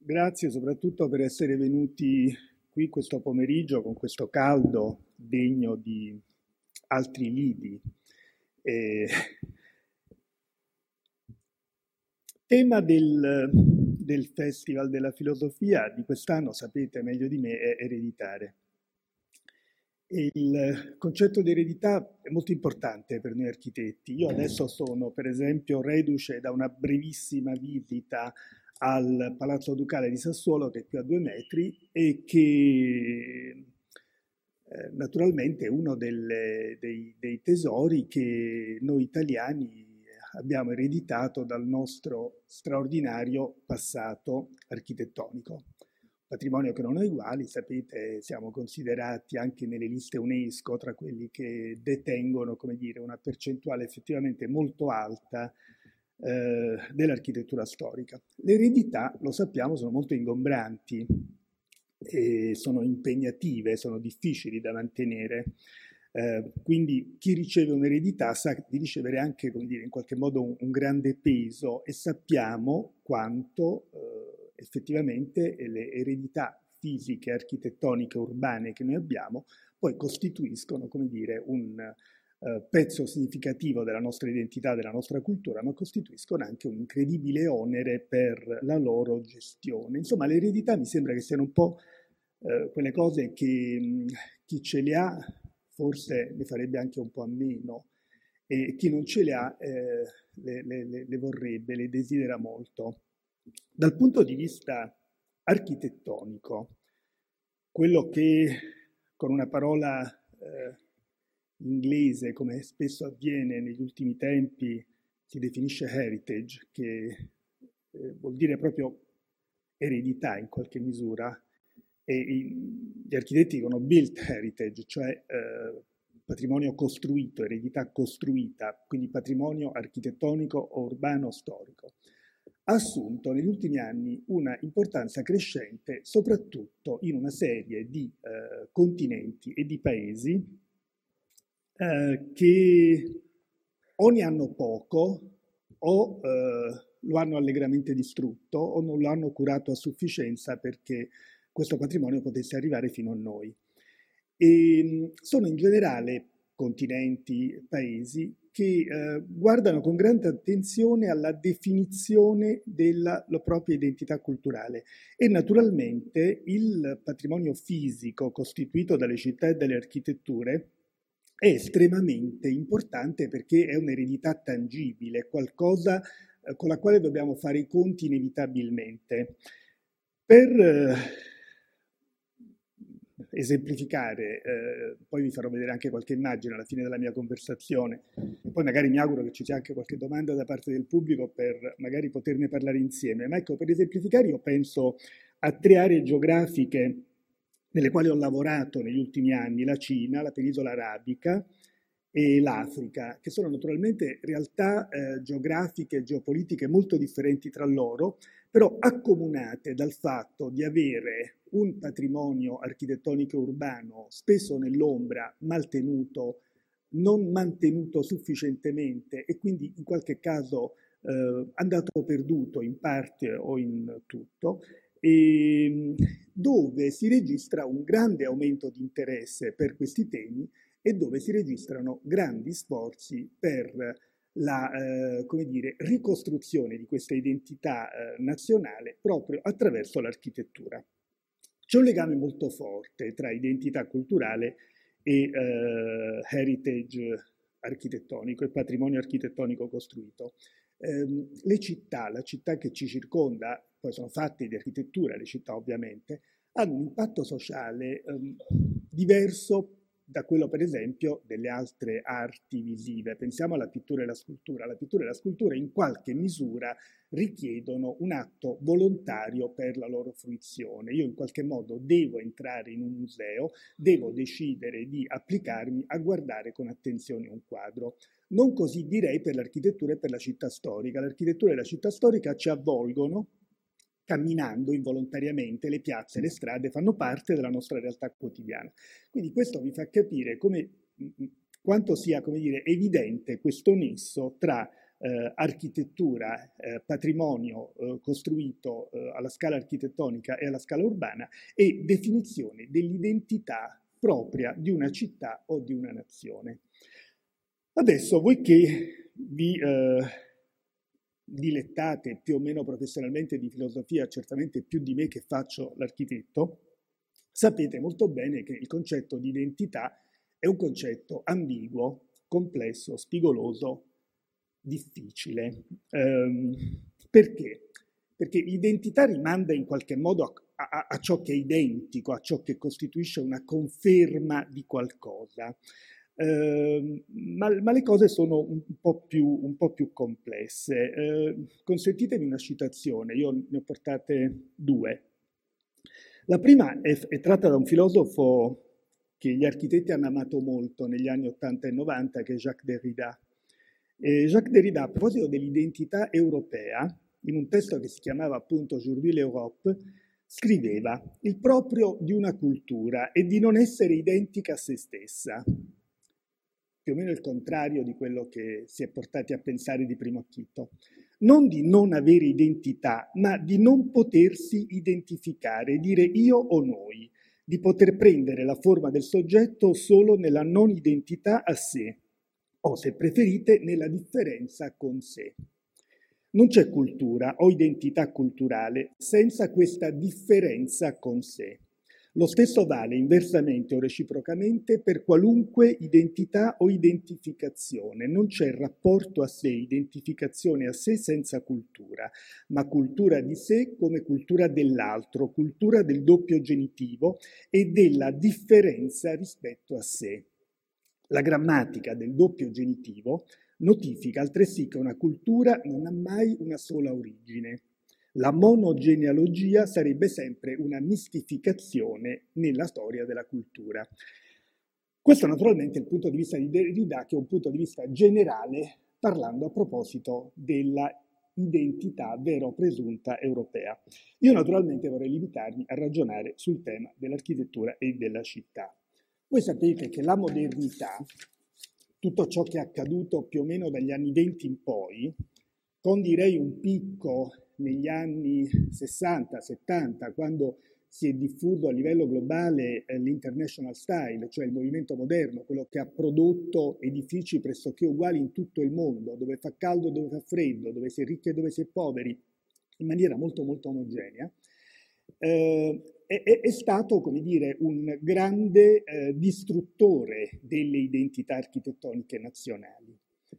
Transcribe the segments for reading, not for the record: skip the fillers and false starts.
Grazie soprattutto per essere venuti qui questo pomeriggio con questo caldo degno di altri lidi. Eh, tema del Festival della Filosofia di quest'anno, sapete meglio di me, è ereditare. E il concetto di eredità è molto importante per noi architetti. Io adesso sono, per esempio, reduce da una brevissima visita al Palazzo Ducale di Sassuolo, che è qui a 2 metri, e che naturalmente è uno dei tesori che noi italiani abbiamo ereditato dal nostro straordinario passato architettonico. Patrimonio che non ha uguali, sapete, siamo considerati anche nelle liste UNESCO tra quelli che detengono, come dire, una percentuale effettivamente molto alta dell'architettura storica. Le eredità, lo sappiamo, sono molto ingombranti e sono impegnative, sono difficili da mantenere. Quindi chi riceve un'eredità sa di ricevere anche, come dire, in qualche modo un grande peso e sappiamo quanto effettivamente le eredità fisiche, architettoniche, urbane che noi abbiamo poi costituiscono, come dire, un pezzo significativo della nostra identità, della nostra cultura, ma costituiscono anche un incredibile onere per la loro gestione. Insomma, l'eredità mi sembra che siano un po' quelle cose che chi ce le ha forse ne farebbe anche un po' a meno e chi non ce le ha le vorrebbe, le desidera molto. Dal punto di vista architettonico, quello che con una parola inglese, come spesso avviene negli ultimi tempi, si definisce heritage, che vuol dire proprio eredità in qualche misura, e gli architetti dicono built heritage, cioè patrimonio costruito, eredità costruita, quindi patrimonio architettonico o urbano storico, ha assunto negli ultimi anni una importanza crescente soprattutto in una serie di continenti e di paesi che o ne hanno poco o lo hanno allegramente distrutto o non lo hanno curato a sufficienza perché questo patrimonio potesse arrivare fino a noi. E sono in generale continenti, paesi che guardano con grande attenzione alla definizione della propria identità culturale e naturalmente il patrimonio fisico costituito dalle città e dalle architetture è estremamente importante perché è un'eredità tangibile, qualcosa con la quale dobbiamo fare i conti inevitabilmente. Per esemplificare, poi vi farò vedere anche qualche immagine alla fine della mia conversazione, e poi magari mi auguro che ci sia anche qualche domanda da parte del pubblico per magari poterne parlare insieme. Ma ecco, per esemplificare io penso a 3 aree geografiche nelle quali ho lavorato negli ultimi anni: la Cina, la penisola arabica e l'Africa, che sono naturalmente realtà geografiche e geopolitiche molto differenti tra loro, però accomunate dal fatto di avere un patrimonio architettonico urbano spesso nell'ombra, mal tenuto, non mantenuto sufficientemente e quindi in qualche caso andato perduto in parte o in tutto, e dove si registra un grande aumento di interesse per questi temi e dove si registrano grandi sforzi per la come dire, ricostruzione di questa identità nazionale proprio attraverso l'architettura. C'è un legame molto forte tra identità culturale e heritage architettonico e patrimonio architettonico costruito. Le città, la città che ci circonda, poi sono fatte di architettura, le città ovviamente, hanno un impatto sociale diverso da quello, per esempio, delle altre arti visive. Pensiamo alla pittura e alla scultura. La pittura e la scultura in qualche misura richiedono un atto volontario per la loro fruizione. Io in qualche modo devo entrare in un museo, devo decidere di applicarmi a guardare con attenzione un quadro. Non così direi per l'architettura e per la città storica. L'architettura e la città storica ci avvolgono camminando involontariamente, le piazze e le strade fanno parte della nostra realtà quotidiana. Quindi questo vi fa capire come, quanto sia, come dire, evidente questo nesso tra architettura, patrimonio costruito alla scala architettonica e alla scala urbana, e definizione dell'identità propria di una città o di una nazione. Adesso, voi che vi dilettate più o meno professionalmente di filosofia, certamente più di me che faccio l'architetto, sapete molto bene che il concetto di identità è un concetto ambiguo, complesso, spigoloso, difficile. Perché? Perché l'identità rimanda in qualche modo a ciò che è identico, a ciò che costituisce una conferma di qualcosa. Ma le cose sono un po' più complesse. Consentitemi una citazione, io ne ho portate due. La prima è tratta da un filosofo che gli architetti hanno amato molto negli anni 80 e 90, che è Jacques Derrida. E Jacques Derrida, a proposito dell'identità europea, in un testo che si chiamava appunto Aujourd'hui l'Europe, scriveva: il proprio di una cultura è di non essere identica a se stessa. Più o meno il contrario di quello che si è portati a pensare di primo acchito. Non di non avere identità, ma di non potersi identificare, dire io o noi, di poter prendere la forma del soggetto solo nella non identità a sé, o se preferite nella differenza con sé. Non c'è cultura o identità culturale senza questa differenza con sé. Lo stesso vale inversamente o reciprocamente per qualunque identità o identificazione. Non c'è rapporto a sé, identificazione a sé senza cultura, ma cultura di sé come cultura dell'altro, cultura del doppio genitivo e della differenza rispetto a sé. La grammatica del doppio genitivo notifica altresì che una cultura non ha mai una sola origine. La monogenealogia sarebbe sempre una mistificazione nella storia della cultura. Questo naturalmente è il punto di vista di Derrida, che è un punto di vista generale, parlando a proposito della identità vera o presunta europea. Io naturalmente vorrei limitarmi a ragionare sul tema dell'architettura e della città. Voi sapete che la modernità, tutto ciò che è accaduto più o meno dagli anni 20 in poi, con direi un picco negli anni 60-70, quando si è diffuso a livello globale l'International Style, cioè il movimento moderno, quello che ha prodotto edifici pressoché uguali in tutto il mondo, dove fa caldo e dove fa freddo, dove si è ricchi e dove si è poveri, in maniera molto molto omogenea, è stato, come dire, un grande distruttore delle identità architettoniche nazionali.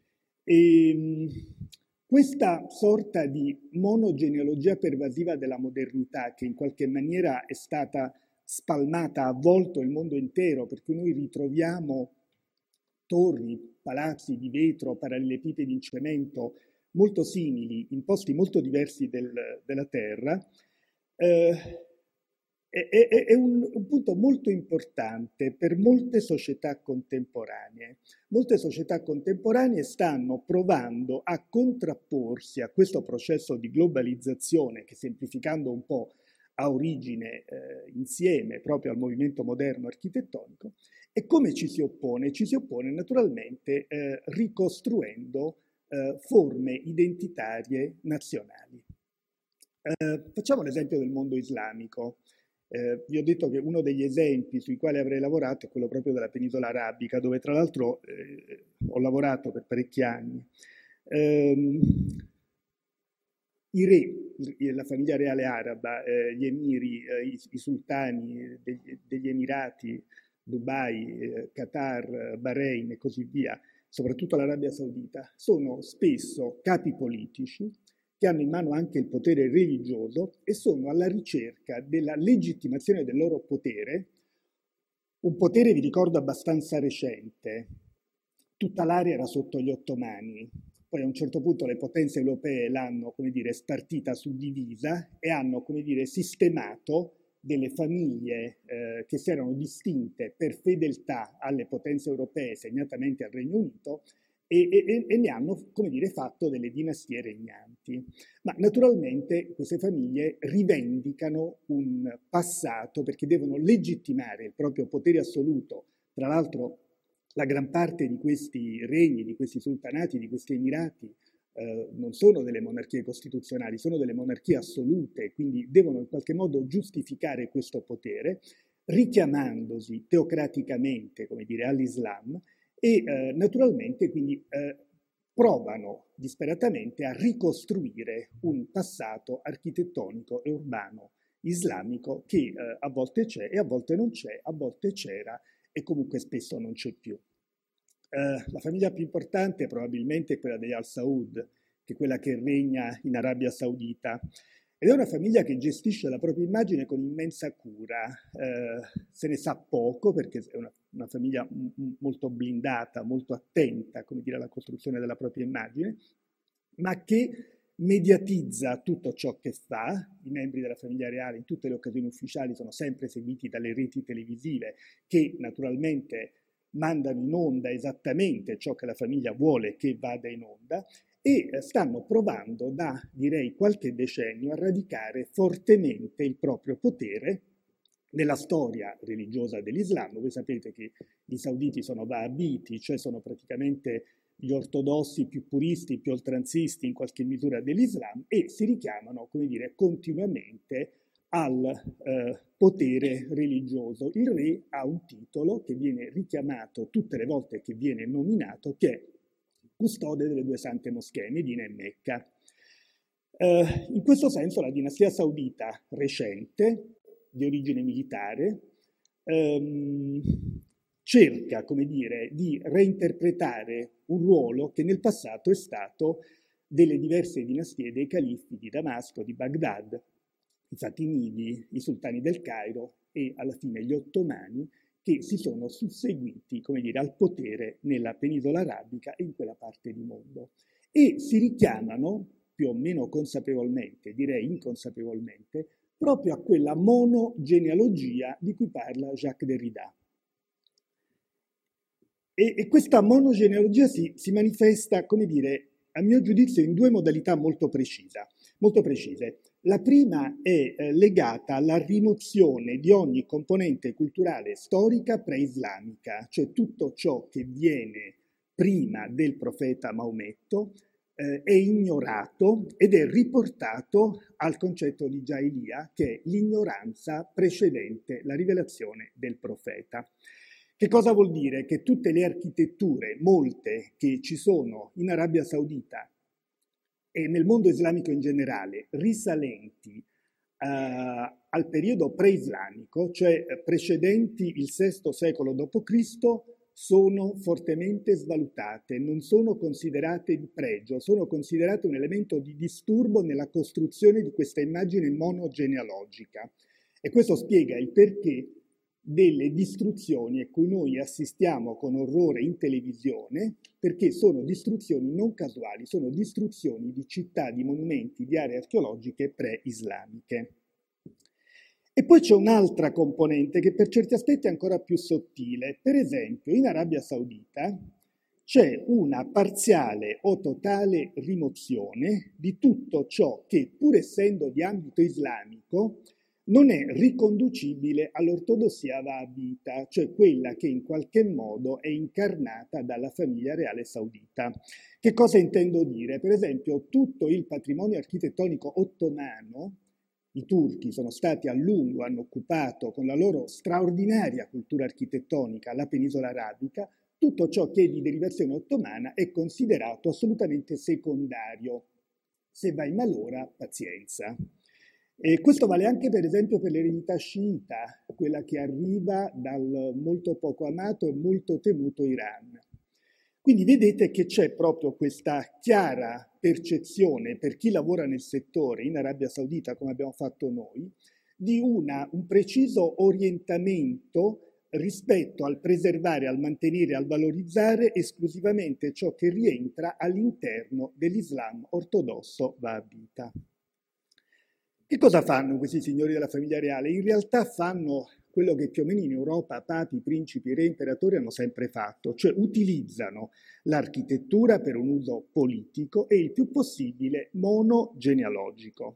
Questa sorta di monogenealogia pervasiva della modernità, che in qualche maniera è stata spalmata, ha avvolto il mondo intero, perché noi ritroviamo torri, palazzi di vetro, parallelepipedi in cemento, molto simili, in posti molto diversi della Terra, è un punto molto importante per molte società contemporanee. Molte società contemporanee stanno provando a contrapporsi a questo processo di globalizzazione che, semplificando un po', ha origine insieme proprio al movimento moderno architettonico. E come ci si oppone? Ci si oppone naturalmente ricostruendo forme identitarie nazionali. Facciamo l'esempio del mondo islamico. Vi ho detto che uno degli esempi sui quali avrei lavorato è quello proprio della penisola arabica, dove tra l'altro ho lavorato per parecchi anni. I re, la famiglia reale araba, gli emiri, i sultani degli Emirati, Dubai, Qatar, Bahrain e così via, soprattutto l'Arabia Saudita, sono spesso capi politici che hanno in mano anche il potere religioso e sono alla ricerca della legittimazione del loro potere, un potere, vi ricordo, abbastanza recente. Tutta l'area era sotto gli ottomani, poi a un certo punto le potenze europee l'hanno, come dire, spartita, suddivisa e hanno, come dire, sistemato delle famiglie che si erano distinte per fedeltà alle potenze europee, segnatamente al Regno Unito, e ne hanno, come dire, fatto delle dinastie regnanti. Ma naturalmente queste famiglie rivendicano un passato perché devono legittimare il proprio potere assoluto. Tra l'altro la gran parte di questi regni, di questi sultanati, di questi emirati non sono delle monarchie costituzionali, sono delle monarchie assolute, quindi devono in qualche modo giustificare questo potere, richiamandosi teocraticamente, come dire, all'Islam e naturalmente quindi provano disperatamente a ricostruire un passato architettonico e urbano islamico che a volte c'è e a volte non c'è, a volte c'era e comunque spesso non c'è più. La famiglia più importante probabilmente è quella degli Al Saud, che è quella che regna in Arabia Saudita, ed è una famiglia che gestisce la propria immagine con immensa cura. Se ne sa poco perché è una famiglia molto blindata, molto attenta, come dire, alla costruzione della propria immagine, ma che mediatizza tutto ciò che fa. I membri della famiglia reale in tutte le occasioni ufficiali sono sempre seguiti dalle reti televisive che naturalmente mandano in onda esattamente ciò che la famiglia vuole che vada in onda e stanno provando da, direi, qualche decennio a radicare fortemente il proprio potere nella storia religiosa dell'Islam. Voi sapete che i sauditi sono wahabiti, cioè sono praticamente gli ortodossi più puristi, più oltranzisti in qualche misura dell'Islam e si richiamano, come dire, continuamente al potere religioso. Il re ha un titolo che viene richiamato tutte le volte che viene nominato, che è custode delle due sante moschee, Medina e Mecca. In questo senso la dinastia saudita recente, di origine militare, cerca, come dire, di reinterpretare un ruolo che nel passato è stato delle diverse dinastie dei califfi di Damasco, di Baghdad, i Fatimidi, i sultani del Cairo e alla fine gli ottomani, che si sono susseguiti, come dire, al potere nella penisola arabica e in quella parte di mondo. E si richiamano, più o meno consapevolmente, direi inconsapevolmente, proprio a quella monogenealogia di cui parla Jacques Derrida. E questa monogenealogia si manifesta, come dire, a mio giudizio, in due modalità molto precise. La prima è legata alla rimozione di ogni componente culturale storica pre-islamica, cioè tutto ciò che viene prima del profeta Maometto è ignorato ed è riportato al concetto di Jahiliya, che è l'ignoranza precedente la rivelazione del profeta. Che cosa vuol dire? Che tutte le architetture, molte che ci sono in Arabia Saudita e nel mondo islamico in generale, risalenti al periodo pre-islamico, cioè precedenti il VI secolo d.C., sono fortemente svalutate, non sono considerate di pregio, sono considerate un elemento di disturbo nella costruzione di questa immagine monogenealogica. E questo spiega il perché delle distruzioni a cui noi assistiamo con orrore in televisione, perché sono distruzioni non casuali, sono distruzioni di città, di monumenti, di aree archeologiche pre-islamiche. E poi c'è un'altra componente che per certi aspetti è ancora più sottile. Per esempio, in Arabia Saudita c'è una parziale o totale rimozione di tutto ciò che, pur essendo di ambito islamico, non è riconducibile all'ortodossia wahabita, cioè quella che in qualche modo è incarnata dalla famiglia reale saudita. Che cosa intendo dire? Per esempio, tutto il patrimonio architettonico ottomano, i turchi sono stati a lungo, hanno occupato con la loro straordinaria cultura architettonica la penisola arabica, tutto ciò che è di derivazione ottomana è considerato assolutamente secondario. Se va in malora, pazienza. E questo vale anche per esempio per l'eredità sciita, quella che arriva dal molto poco amato e molto temuto Iran. Quindi vedete che c'è proprio questa chiara percezione per chi lavora nel settore in Arabia Saudita, come abbiamo fatto noi, di un preciso orientamento rispetto al preservare, al mantenere, al valorizzare esclusivamente ciò che rientra all'interno dell'Islam ortodosso wahabita. Che cosa fanno questi signori della famiglia reale? In realtà fanno quello che più o meno in Europa papi, principi, re, imperatori hanno sempre fatto, cioè utilizzano l'architettura per un uso politico e il più possibile monogenealogico.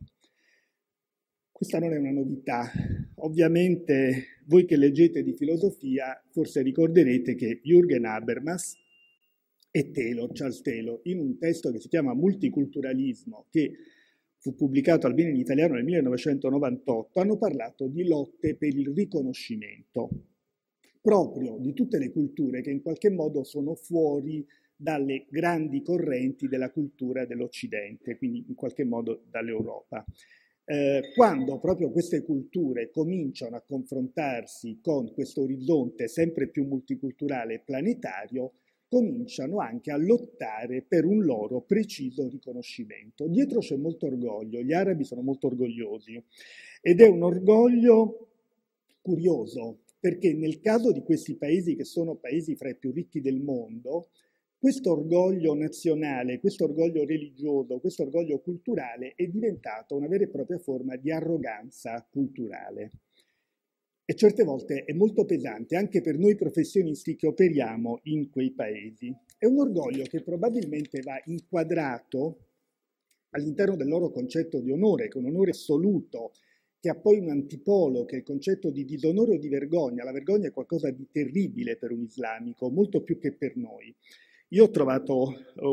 Questa non è una novità. Ovviamente voi che leggete di filosofia forse ricorderete che Jürgen Habermas e Taylor, Charles Taylor, in un testo che si chiama Multiculturalismo, che fu pubblicato almeno in italiano nel 1998, hanno parlato di lotte per il riconoscimento proprio di tutte le culture che in qualche modo sono fuori dalle grandi correnti della cultura dell'Occidente, quindi in qualche modo dall'Europa. Quando proprio queste culture cominciano a confrontarsi con questo orizzonte sempre più multiculturale e planetario, cominciano anche a lottare per un loro preciso riconoscimento. Dietro c'è molto orgoglio, gli arabi sono molto orgogliosi ed è un orgoglio curioso, perché nel caso di questi paesi che sono paesi fra i più ricchi del mondo, questo orgoglio nazionale, questo orgoglio religioso, questo orgoglio culturale è diventato una vera e propria forma di arroganza culturale. E certe volte è molto pesante anche per noi professionisti che operiamo in quei paesi. È un orgoglio che probabilmente va inquadrato all'interno del loro concetto di onore, che è un onore assoluto, che ha poi un antipolo, che è il concetto di disonore o di vergogna. La vergogna è qualcosa di terribile per un islamico, molto più che per noi. Io ho trovato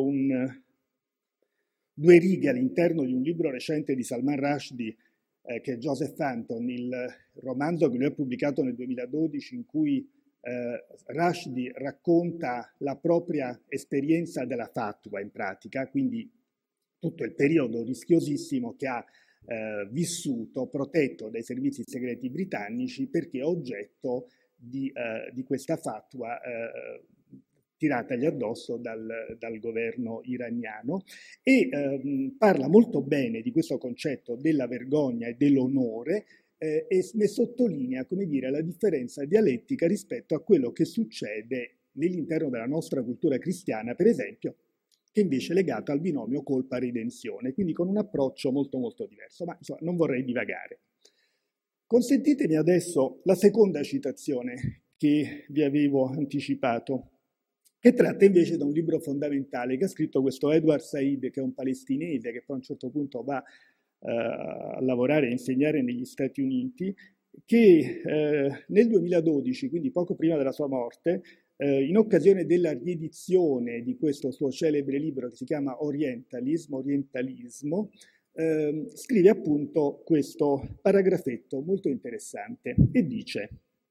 due righe all'interno di un libro recente di Salman Rushdie, che è Joseph Anton, il romanzo che lui ha pubblicato nel 2012, in cui Rushdie racconta la propria esperienza della fatwa in pratica, quindi tutto il periodo rischiosissimo che ha vissuto, protetto dai servizi segreti britannici, perché è oggetto di questa fatwa tiratagli addosso dal governo iraniano, e parla molto bene di questo concetto della vergogna e dell'onore, e ne sottolinea, come dire, la differenza dialettica rispetto a quello che succede nell'interno della nostra cultura cristiana, per esempio, che invece è legato al binomio colpa-redenzione, quindi con un approccio molto molto diverso, ma insomma non vorrei divagare. Consentitemi adesso la seconda citazione che vi avevo anticipato, che tratta invece da un libro fondamentale che ha scritto questo Edward Said, che è un palestinese che poi a un certo punto va a lavorare e insegnare negli Stati Uniti, che nel 2012, quindi poco prima della sua morte, in occasione della riedizione di questo suo celebre libro che si chiama Orientalismo, scrive appunto questo paragrafetto molto interessante e dice: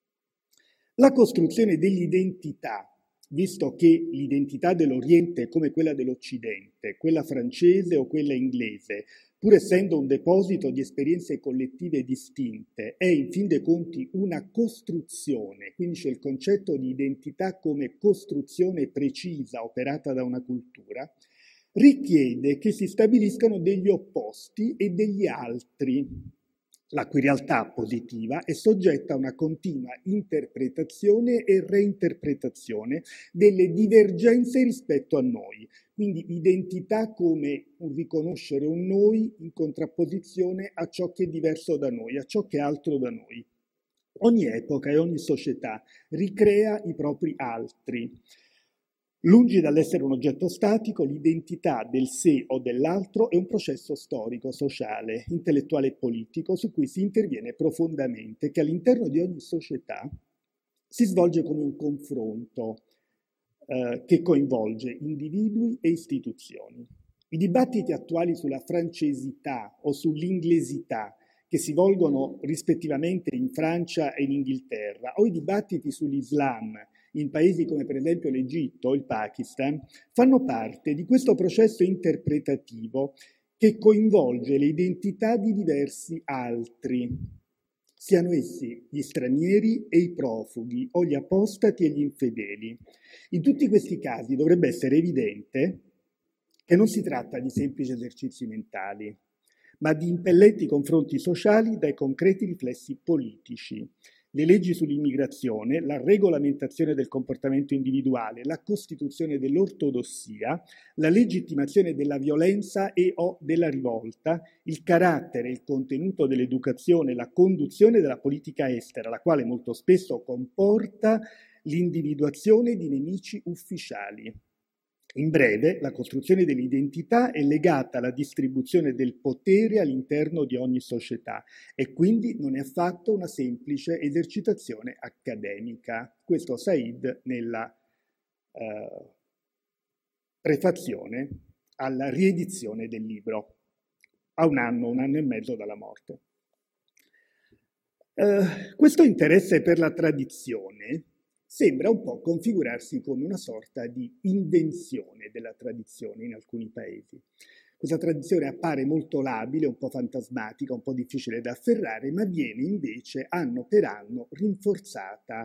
la costruzione dell'identità, visto che l'identità dell'Oriente è come quella dell'Occidente, quella francese o quella inglese, pur essendo un deposito di esperienze collettive distinte, è in fin dei conti una costruzione, quindi c'è il concetto di identità come costruzione precisa operata da una cultura, richiede che si stabiliscano degli opposti e degli altri, la cui realtà positiva è soggetta a una continua interpretazione e reinterpretazione delle divergenze rispetto a noi. Quindi identità come un riconoscere un noi in contrapposizione a ciò che è diverso da noi, a ciò che è altro da noi. Ogni epoca e ogni società ricrea i propri altri. Lungi dall'essere un oggetto statico, l'identità del sé o dell'altro è un processo storico, sociale, intellettuale e politico su cui si interviene profondamente, che all'interno di ogni società si svolge come un confronto che coinvolge individui e istituzioni. I dibattiti attuali sulla francesità o sull'inglesità, che si volgono rispettivamente in Francia e in Inghilterra, o i dibattiti sull'Islam in paesi come per esempio l'Egitto o il Pakistan, fanno parte di questo processo interpretativo che coinvolge le identità di diversi altri, siano essi gli stranieri e i profughi o gli apostati e gli infedeli. In tutti questi casi dovrebbe essere evidente che non si tratta di semplici esercizi mentali, ma di impellenti confronti sociali dai concreti riflessi politici. Le leggi sull'immigrazione, la regolamentazione del comportamento individuale, la costituzione dell'ortodossia, la legittimazione della violenza e o della rivolta, il carattere e il contenuto dell'educazione, la conduzione della politica estera, la quale molto spesso comporta l'individuazione di nemici ufficiali. In breve, la costruzione dell'identità è legata alla distribuzione del potere all'interno di ogni società e quindi non è affatto una semplice esercitazione accademica. Questo Said nella prefazione alla riedizione del libro, a un anno e mezzo dalla morte. Questo interesse per la tradizione sembra un po' configurarsi come una sorta di invenzione della tradizione in alcuni paesi. Questa tradizione appare molto labile, un po' fantasmatica, un po' difficile da afferrare, ma viene invece anno per anno rinforzata,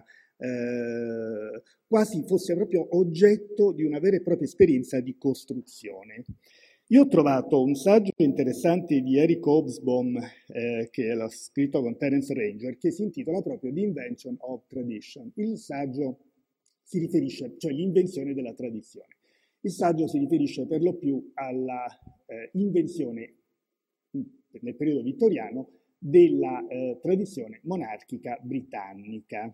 quasi fosse proprio oggetto di una vera e propria esperienza di costruzione. Io ho trovato un saggio interessante di Eric Hobsbawm, che l'ha scritto con Terence Ranger, che si intitola proprio The Invention of Tradition. Il saggio si riferisce, cioè l'invenzione della tradizione. Il saggio si riferisce per lo più alla invenzione nel periodo vittoriano della tradizione monarchica britannica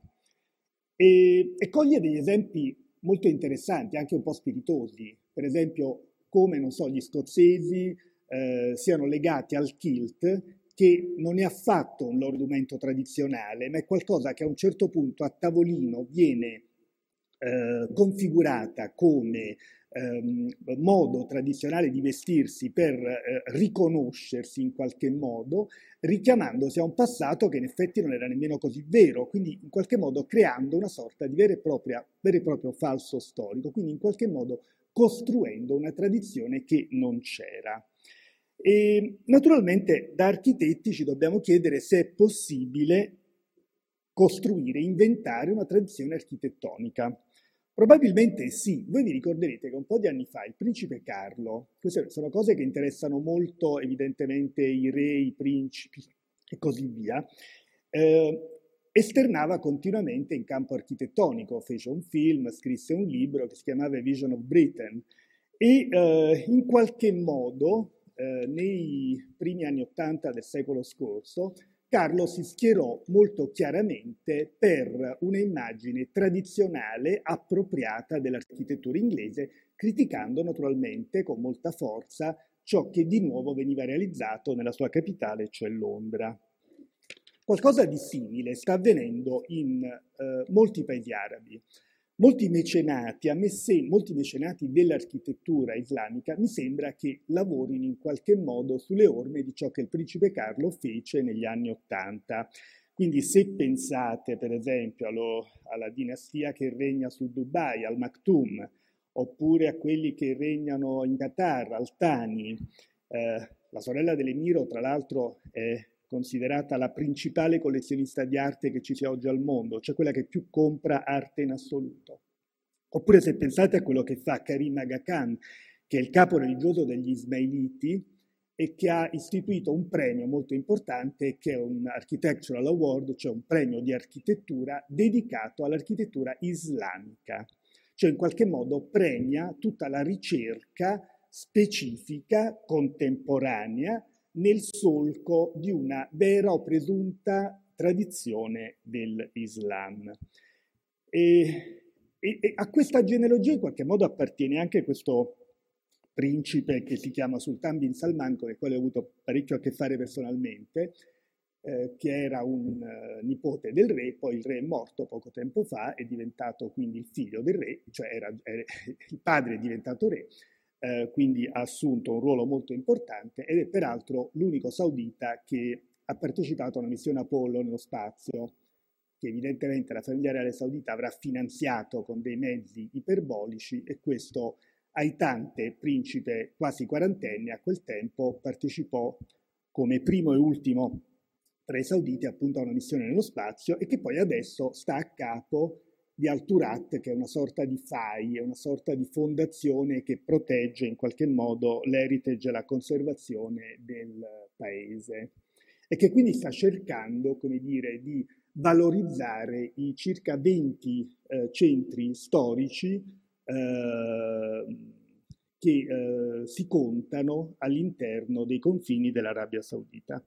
e coglie degli esempi molto interessanti, anche un po' spiritosi, per esempio come, non so, gli scozzesi siano legati al kilt, che non è affatto un loro indumento tradizionale, ma è qualcosa che a un certo punto a tavolino viene configurata come modo tradizionale di vestirsi per riconoscersi in qualche modo, richiamandosi a un passato che in effetti non era nemmeno così vero, quindi in qualche modo creando una sorta di vero e proprio falso storico, quindi in qualche modo costruendo una tradizione che non c'era. E naturalmente da architetti ci dobbiamo chiedere se è possibile costruire, inventare una tradizione architettonica. Probabilmente sì. Voi vi ricorderete che un po' di anni fa il principe Carlo, queste sono cose che interessano molto evidentemente i re, i principi e così via, esternava continuamente in campo architettonico, fece un film, scrisse un libro che si chiamava Vision of Britain e in qualche modo nei primi anni '80 del secolo scorso Carlo si schierò molto chiaramente per un'immagine tradizionale appropriata dell'architettura inglese, criticando naturalmente con molta forza ciò che di nuovo veniva realizzato nella sua capitale, cioè Londra. Qualcosa di simile sta avvenendo in molti paesi arabi. Molti mecenati dell'architettura islamica mi sembra che lavorino in qualche modo sulle orme di ciò che il principe Carlo fece negli anni '80. Quindi se pensate per esempio alla dinastia che regna su Dubai, al Maktoum, oppure a quelli che regnano in Qatar, al Thani, la sorella dell'Emiro tra l'altro è considerata la principale collezionista di arte che ci sia oggi al mondo, cioè quella che più compra arte in assoluto. Oppure se pensate a quello che fa Karim Aga Khan, che è il capo religioso degli Ismailiti e che ha istituito un premio molto importante che è un Architectural Award, cioè un premio di architettura dedicato all'architettura islamica, cioè in qualche modo premia tutta la ricerca specifica, contemporanea, nel solco di una vera o presunta tradizione dell'Islam. E a questa genealogia in qualche modo appartiene anche questo principe che si chiama Sultan bin Salman, con il quale ho avuto parecchio a che fare personalmente, che era un nipote del re, poi il re è morto poco tempo fa, è diventato quindi il figlio del re, cioè il padre è diventato re, quindi ha assunto un ruolo molto importante ed è peraltro l'unico saudita che ha partecipato a una missione Apollo nello spazio, che evidentemente la famiglia reale saudita avrà finanziato con dei mezzi iperbolici e questo Aitante, principe quasi quarantenne, a quel tempo partecipò come primo e ultimo tra i sauditi appunto a una missione nello spazio e che poi adesso sta a capo di Al-Turat, che è una sorta di FAI, è una sorta di fondazione che protegge in qualche modo l'heritage e la conservazione del paese e che quindi sta cercando, come dire, di valorizzare i circa 20 centri storici che si contano all'interno dei confini dell'Arabia Saudita.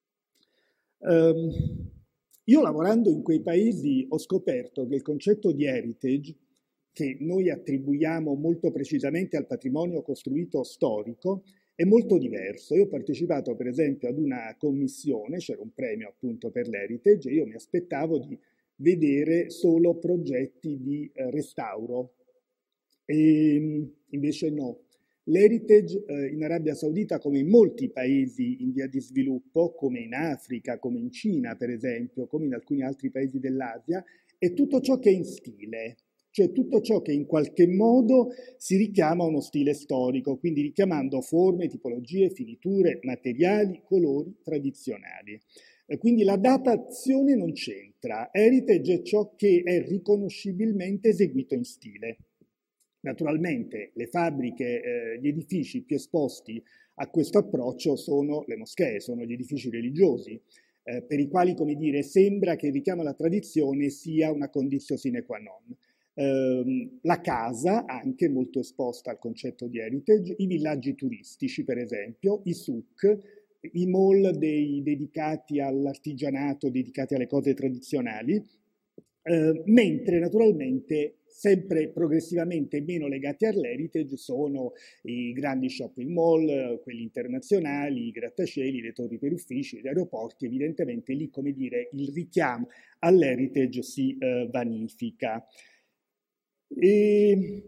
Io lavorando in quei paesi ho scoperto che il concetto di heritage, che noi attribuiamo molto precisamente al patrimonio costruito storico, è molto diverso. Io ho partecipato per esempio ad una commissione, c'era un premio appunto per l'heritage, e io mi aspettavo di vedere solo progetti di restauro E invece no. L'heritage in Arabia Saudita, come in molti paesi in via di sviluppo, come in Africa, come in Cina per esempio, come in alcuni altri paesi dell'Asia, è tutto ciò che è in stile, cioè tutto ciò che in qualche modo si richiama a uno stile storico, quindi richiamando forme, tipologie, finiture, materiali, colori tradizionali. Quindi la datazione non c'entra, heritage è ciò che è riconoscibilmente eseguito in stile. Naturalmente le fabbriche, gli edifici più esposti a questo approccio sono le moschee, sono gli edifici religiosi, per i quali, come dire, sembra che il richiamo alla tradizione sia una condizione sine qua non. La casa, anche molto esposta al concetto di heritage, i villaggi turistici, per esempio, i souk, i mall dedicati all'artigianato, dedicati alle cose tradizionali, mentre naturalmente sempre progressivamente meno legati all'heritage sono i grandi shopping mall, quelli internazionali, i grattacieli, le torri per uffici, gli aeroporti. Evidentemente lì, come dire, il richiamo all'heritage si vanifica. E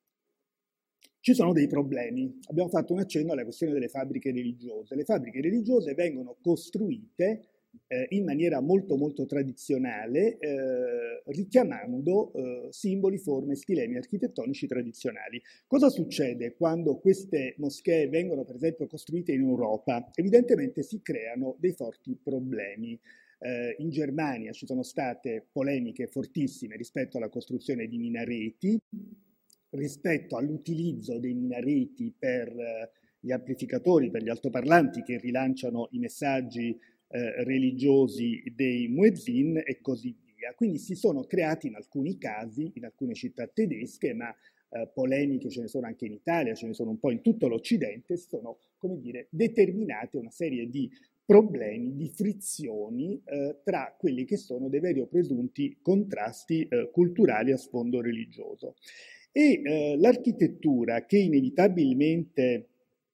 ci sono dei problemi. Abbiamo fatto un accenno alla questione delle fabbriche religiose. Le fabbriche religiose vengono costruite in maniera molto molto tradizionale, richiamando simboli, forme, stilemi architettonici tradizionali. Cosa succede quando queste moschee vengono per esempio costruite in Europa? Evidentemente si creano dei forti problemi. In Germania ci sono state polemiche fortissime rispetto alla costruzione di minareti, rispetto all'utilizzo dei minareti per gli amplificatori, per gli altoparlanti che rilanciano i messaggi religiosi dei muezzin e così via. Quindi si sono creati in alcuni casi, in alcune città tedesche, ma polemiche ce ne sono anche in Italia, ce ne sono un po' in tutto l'Occidente, si sono, come dire, determinate una serie di problemi, di frizioni tra quelli che sono dei veri o presunti contrasti culturali a sfondo religioso. E l'architettura che inevitabilmente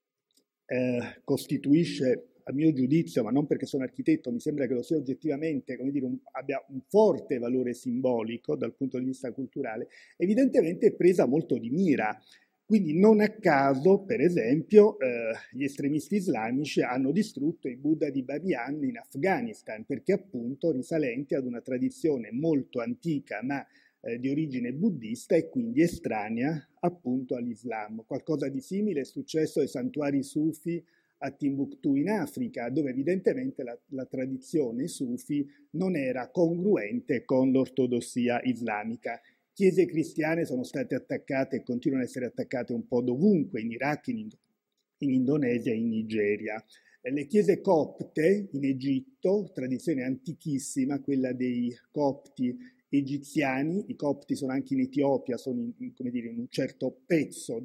costituisce, a mio giudizio, ma non perché sono architetto, mi sembra che lo sia oggettivamente, come dire, abbia un forte valore simbolico dal punto di vista culturale, evidentemente è presa molto di mira. Quindi non a caso, per esempio, gli estremisti islamici hanno distrutto i Buddha di Babian in Afghanistan, perché appunto risalenti ad una tradizione molto antica, ma di origine buddista e quindi estranea appunto all'Islam. Qualcosa di simile è successo ai santuari sufi a Timbuktu in Africa, dove evidentemente la tradizione sufi non era congruente con l'ortodossia islamica. Chiese cristiane sono state attaccate e continuano ad essere attaccate un po' dovunque, in Iraq, in Indonesia e in Nigeria. Le chiese copte in Egitto, tradizione antichissima, quella dei copti egiziani, i copti sono anche in Etiopia, sono come dire, in un certo pezzo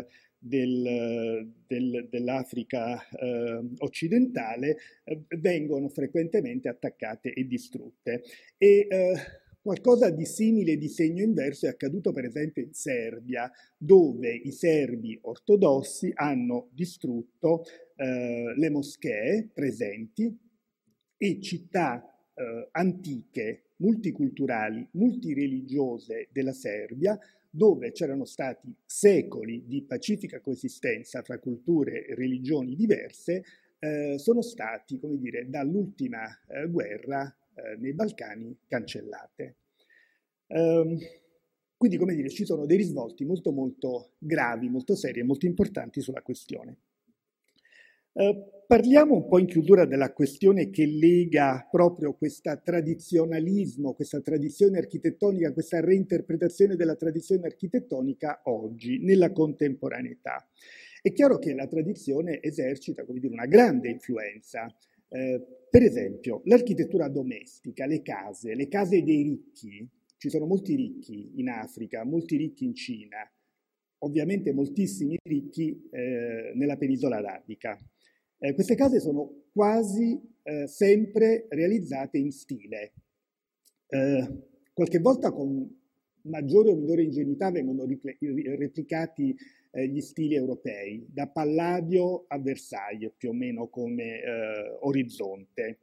dell'Africa occidentale, vengono frequentemente attaccate e distrutte. E qualcosa di simile, di segno inverso, è accaduto per esempio in Serbia, dove i serbi ortodossi hanno distrutto le moschee presenti e città antiche, multiculturali, multireligiose della Serbia, dove c'erano stati secoli di pacifica coesistenza fra culture e religioni diverse, sono stati, come dire, dall'ultima guerra nei Balcani cancellate. Quindi, come dire, ci sono dei risvolti molto molto gravi, molto seri e molto importanti sulla questione. Parliamo un po' in chiusura della questione che lega proprio questo tradizionalismo, questa tradizione architettonica, questa reinterpretazione della tradizione architettonica oggi, nella contemporaneità. È chiaro che la tradizione esercita, come dire, una grande influenza. Per esempio, l'architettura domestica, le case dei ricchi, ci sono molti ricchi in Africa, molti ricchi in Cina, ovviamente moltissimi ricchi nella penisola arabica. Queste case sono quasi sempre realizzate in stile. Qualche volta con maggiore o minore ingenuità vengono replicati gli stili europei, da Palladio a Versailles, più o meno come orizzonte.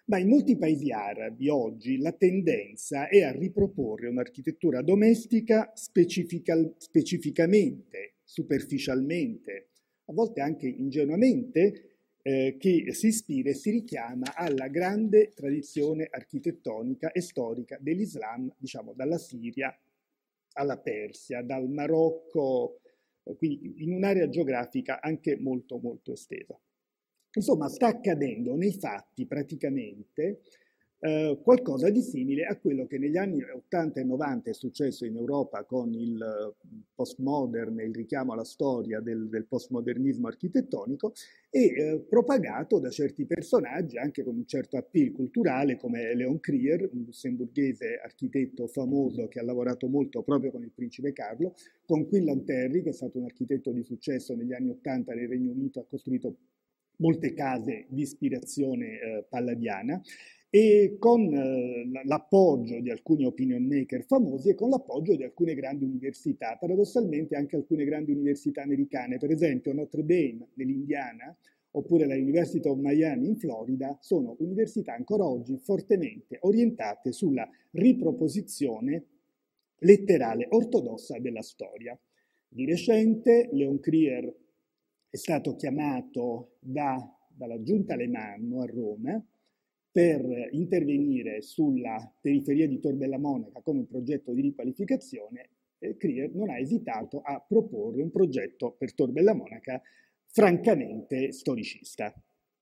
Ma in molti paesi arabi oggi la tendenza è a riproporre un'architettura domestica specificamente, superficialmente, a volte anche ingenuamente, che si ispira e si richiama alla grande tradizione architettonica e storica dell'Islam, diciamo dalla Siria alla Persia, dal Marocco, quindi in un'area geografica anche molto molto estesa. Insomma, sta accadendo nei fatti praticamente qualcosa di simile a quello che negli anni 80 e 90 è successo in Europa con il postmodern e il richiamo alla storia del postmodernismo architettonico e propagato da certi personaggi anche con un certo appeal culturale come Leon Krier, un lussemburghese architetto famoso che ha lavorato molto proprio con il principe Carlo, con Quillan Terry, che è stato un architetto di successo negli anni 80 nel Regno Unito, ha costruito molte case di ispirazione palladiana, e con l'appoggio di alcuni opinion maker famosi e con l'appoggio di alcune grandi università, paradossalmente anche alcune grandi università americane, per esempio Notre Dame nell'Indiana oppure la University of Miami in Florida, sono università ancora oggi fortemente orientate sulla riproposizione letterale ortodossa della storia. Di recente Leon Krier è stato chiamato dalla Giunta Alemanno a Roma per intervenire sulla periferia di Tor Bella Monaca con un progetto di riqualificazione. Krier non ha esitato a proporre un progetto per Tor Bella Monaca francamente storicista.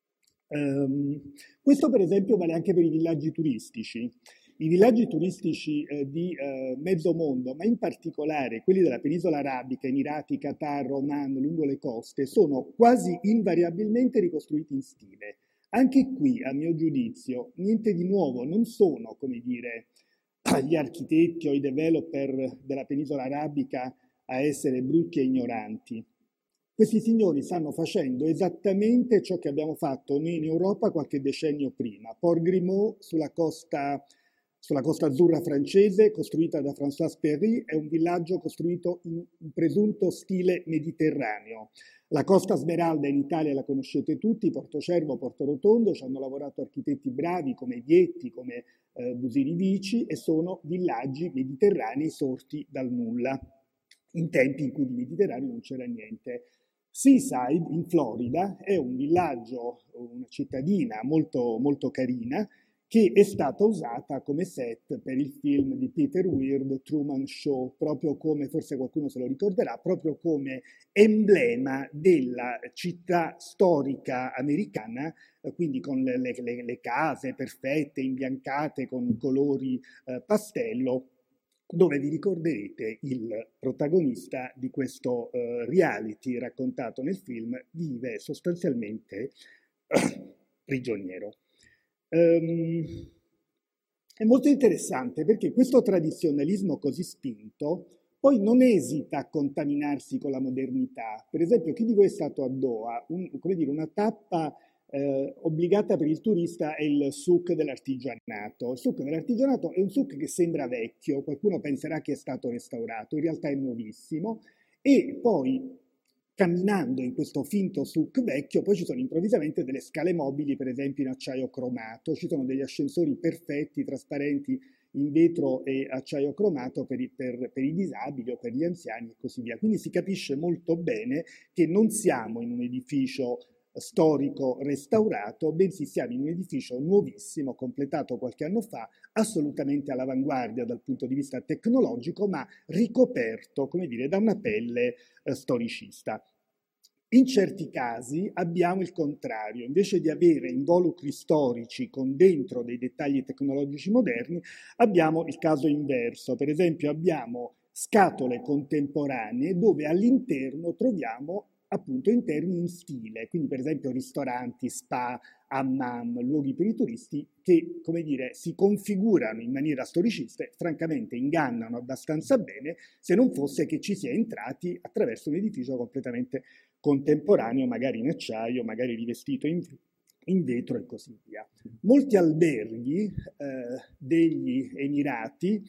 Questo per esempio vale anche per i villaggi turistici. I villaggi turistici di mezzo mondo, ma in particolare quelli della penisola arabica, Emirati, Qatar, Oman, lungo le coste, sono quasi invariabilmente ricostruiti in stile. Anche qui, a mio giudizio, niente di nuovo, non sono, come dire, gli architetti o i developer della penisola arabica a essere brutti e ignoranti. Questi signori stanno facendo esattamente ciò che abbiamo fatto noi in Europa qualche decennio prima. Port Grimaud sulla costa azzurra francese, costruita da François Perry, è un villaggio costruito in un presunto stile mediterraneo. La Costa Smeralda in Italia la conoscete tutti, Portocervo, Porto Rotondo, ci hanno lavorato architetti bravi come Vietti, come Busini Vici, e sono villaggi mediterranei sorti dal nulla, in tempi in cui di Mediterraneo non c'era niente. Seaside in Florida è un villaggio, una cittadina molto, molto carina, che è stata usata come set per il film di Peter Weir, Truman Show, proprio come, forse qualcuno se lo ricorderà, proprio come emblema della città storica americana, quindi con le case perfette, imbiancate, con colori pastello, dove vi ricorderete il protagonista di questo reality raccontato nel film vive sostanzialmente prigioniero. È molto interessante perché questo tradizionalismo così spinto poi non esita a contaminarsi con la modernità. Per esempio, chi di voi è stato a Doha, una tappa obbligata per il turista è il souk dell'artigianato. Il souk dell'artigianato è un souk che sembra vecchio, qualcuno penserà che è stato restaurato, in realtà è nuovissimo, e poi camminando in questo finto souk vecchio, poi ci sono improvvisamente delle scale mobili, per esempio in acciaio cromato, ci sono degli ascensori perfetti, trasparenti, in vetro e acciaio cromato per i disabili o per gli anziani e così via. Quindi si capisce molto bene che non siamo in un edificio storico restaurato, bensì siamo in un edificio nuovissimo, completato qualche anno fa, assolutamente all'avanguardia dal punto di vista tecnologico, ma ricoperto, come dire, da una pelle storicista. In certi casi abbiamo il contrario, invece di avere involucri storici con dentro dei dettagli tecnologici moderni, abbiamo il caso inverso. Per esempio abbiamo scatole contemporanee dove all'interno troviamo appunto interni in stile, quindi per esempio ristoranti, spa, hammam, luoghi per i turisti che, come dire, si configurano in maniera storicista e francamente ingannano abbastanza bene, se non fosse che ci si è entrati attraverso un edificio completamente contemporaneo, magari in acciaio, magari rivestito in vetro e così via. Molti alberghi degli Emirati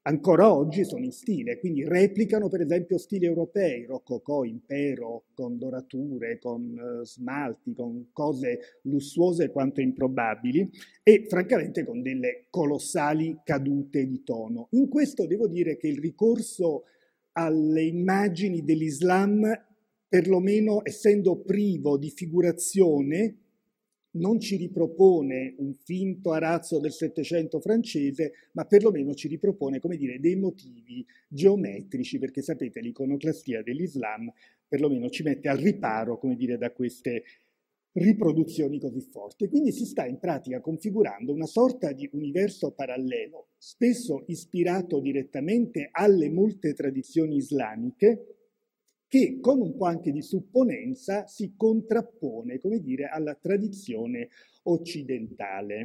ancora oggi sono in stile, quindi replicano per esempio stili europei, rococò, impero, con dorature, con smalti, con cose lussuose quanto improbabili e francamente con delle colossali cadute di tono. In questo devo dire che il ricorso alle immagini dell'Islam, perlomeno essendo privo di figurazione, non ci ripropone un finto arazzo del Settecento francese, ma perlomeno ci ripropone, come dire, dei motivi geometrici, perché sapete, l'iconoclastia dell'Islam perlomeno ci mette al riparo, come dire, da queste riproduzioni così forti. E quindi si sta in pratica configurando una sorta di universo parallelo, spesso ispirato direttamente alle molte tradizioni islamiche, che con un po' anche di supponenza si contrappone, come dire, alla tradizione occidentale.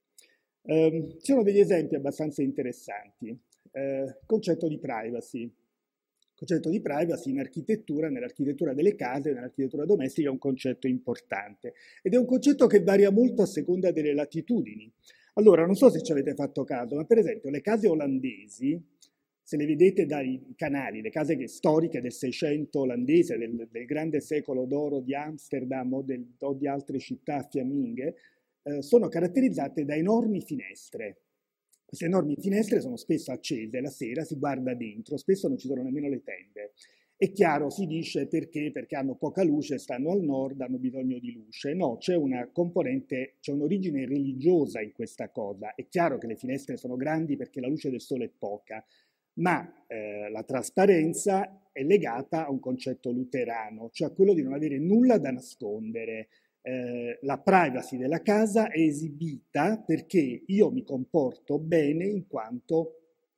Ci sono degli esempi abbastanza interessanti. Concetto di privacy. Il concetto di privacy in architettura, nell'architettura delle case, nell'architettura domestica è un concetto importante ed è un concetto che varia molto a seconda delle latitudini. Allora, non so se ci avete fatto caso, ma per esempio le case olandesi, se le vedete dai canali, le case storiche del Seicento olandese, del grande secolo d'oro di Amsterdam o di altre città fiamminghe, sono caratterizzate da enormi finestre. Queste enormi finestre sono spesso accese, la sera si guarda dentro, spesso non ci sono nemmeno le tende. È chiaro, si dice perché hanno poca luce, stanno al nord, hanno bisogno di luce. No, c'è una componente, c'è un'origine religiosa in questa cosa. È chiaro che le finestre sono grandi perché la luce del sole è poca, ma la trasparenza è legata a un concetto luterano, cioè quello di non avere nulla da nascondere. La privacy della casa è esibita perché io mi comporto bene in quanto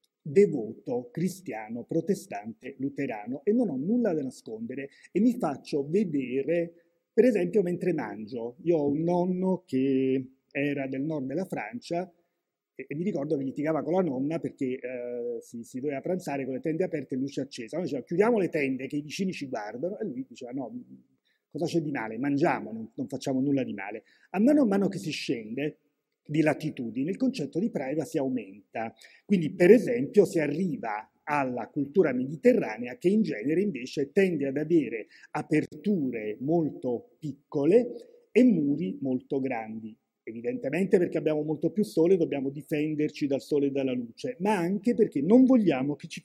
devoto cristiano, protestante, luterano e non ho nulla da nascondere e mi faccio vedere, per esempio, mentre mangio. Io ho un nonno che era del nord della Francia e mi ricordo che litigava con la nonna perché si doveva pranzare con le tende aperte e luce accesa. Allora diceva chiudiamo le tende che i vicini ci guardano e lui diceva no, cosa c'è di male? Mangiamo, non facciamo nulla di male. A mano che si scende di latitudine il concetto di privacy aumenta. Quindi per esempio si arriva alla cultura mediterranea che in genere invece tende ad avere aperture molto piccole e muri molto grandi. Evidentemente perché abbiamo molto più sole, dobbiamo difenderci dal sole e dalla luce, ma anche perché non vogliamo che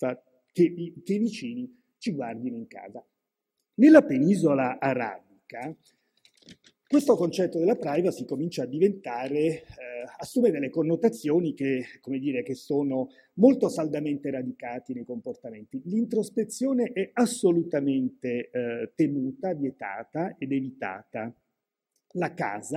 i vicini ci guardino in casa. Nella penisola arabica questo concetto della privacy comincia a diventare, assume delle connotazioni che, come dire, che sono molto saldamente radicati nei comportamenti. L'introspezione è assolutamente temuta, vietata ed evitata. La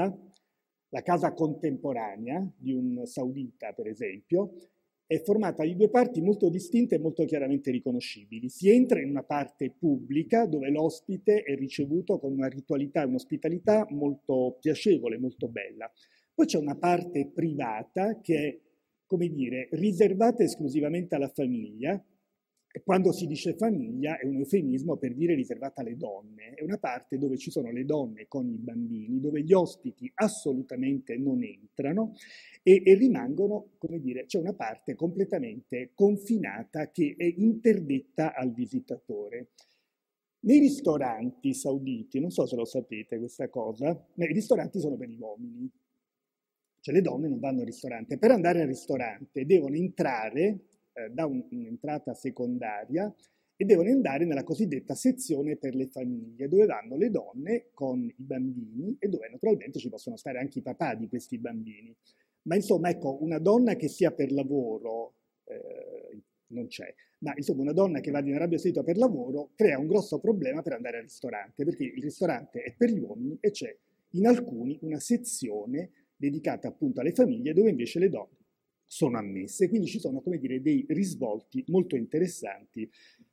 casa contemporanea di un saudita, per esempio, è formata di due parti molto distinte e molto chiaramente riconoscibili. Si entra in una parte pubblica dove l'ospite è ricevuto con una ritualità e un'ospitalità molto piacevole, molto bella. Poi c'è una parte privata che è, come dire, riservata esclusivamente alla famiglia. E quando si dice famiglia è un eufemismo per dire riservata alle donne. È una parte dove ci sono le donne con i bambini, dove gli ospiti assolutamente non entrano e rimangono, come dire, c'è una parte completamente confinata che è interdetta al visitatore. Nei ristoranti sauditi, non so se lo sapete questa cosa, ma i ristoranti sono per gli uomini. Cioè le donne non vanno al ristorante. Per andare al ristorante devono entrare da un'entrata secondaria e devono andare nella cosiddetta sezione per le famiglie, dove vanno le donne con i bambini e dove naturalmente ci possono stare anche i papà di questi bambini. Ma insomma, ecco, una donna che sia per lavoro non c'è, ma insomma una donna che va in Arabia Saudita per lavoro crea un grosso problema per andare al ristorante, perché il ristorante è per gli uomini e c'è in alcuni una sezione dedicata appunto alle famiglie dove invece le donne sono ammesse, quindi ci sono, come dire, dei risvolti molto interessanti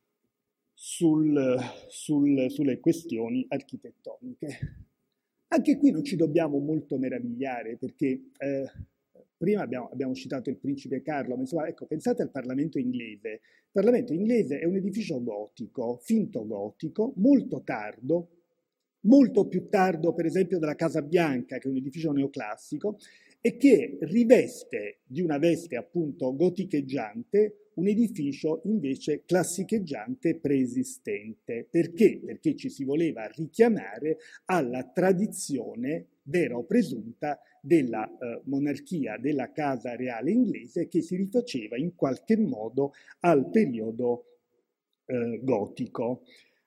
sulle questioni architettoniche. Anche qui non ci dobbiamo molto meravigliare perché prima abbiamo citato il principe Carlo, ma insomma, ecco, pensate al Parlamento inglese. Il Parlamento inglese è un edificio gotico, finto gotico, molto tardo, molto più tardo per esempio della Casa Bianca, che è un edificio neoclassico, e che riveste di una veste appunto goticheggiante un edificio invece classicheggiante preesistente. Perché? Perché ci si voleva richiamare alla tradizione vera o presunta della monarchia, della casa reale inglese, che si rifaceva in qualche modo al periodo gotico.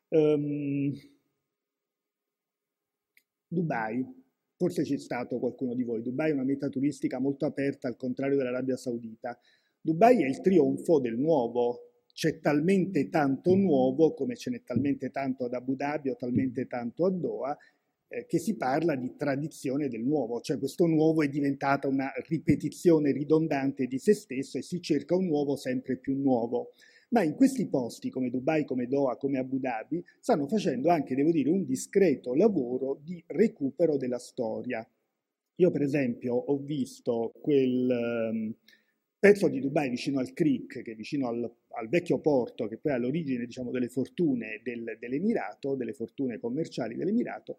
Dubai, forse c'è stato qualcuno di voi, Dubai è una meta turistica molto aperta al contrario dell'Arabia Saudita. Dubai è il trionfo del nuovo, c'è talmente tanto nuovo come ce n'è talmente tanto ad Abu Dhabi o talmente tanto a Doha, che si parla di tradizione del nuovo, cioè questo nuovo è diventata una ripetizione ridondante di se stesso e si cerca un nuovo sempre più nuovo. Ma in questi posti, come Dubai, come Doha, come Abu Dhabi, stanno facendo anche, devo dire, un discreto lavoro di recupero della storia. Io, per esempio, ho visto quel pezzo di Dubai vicino al Creek, che è vicino al vecchio porto, che poi è all'origine, diciamo, delle fortune dell'Emirato, delle fortune commerciali dell'Emirato.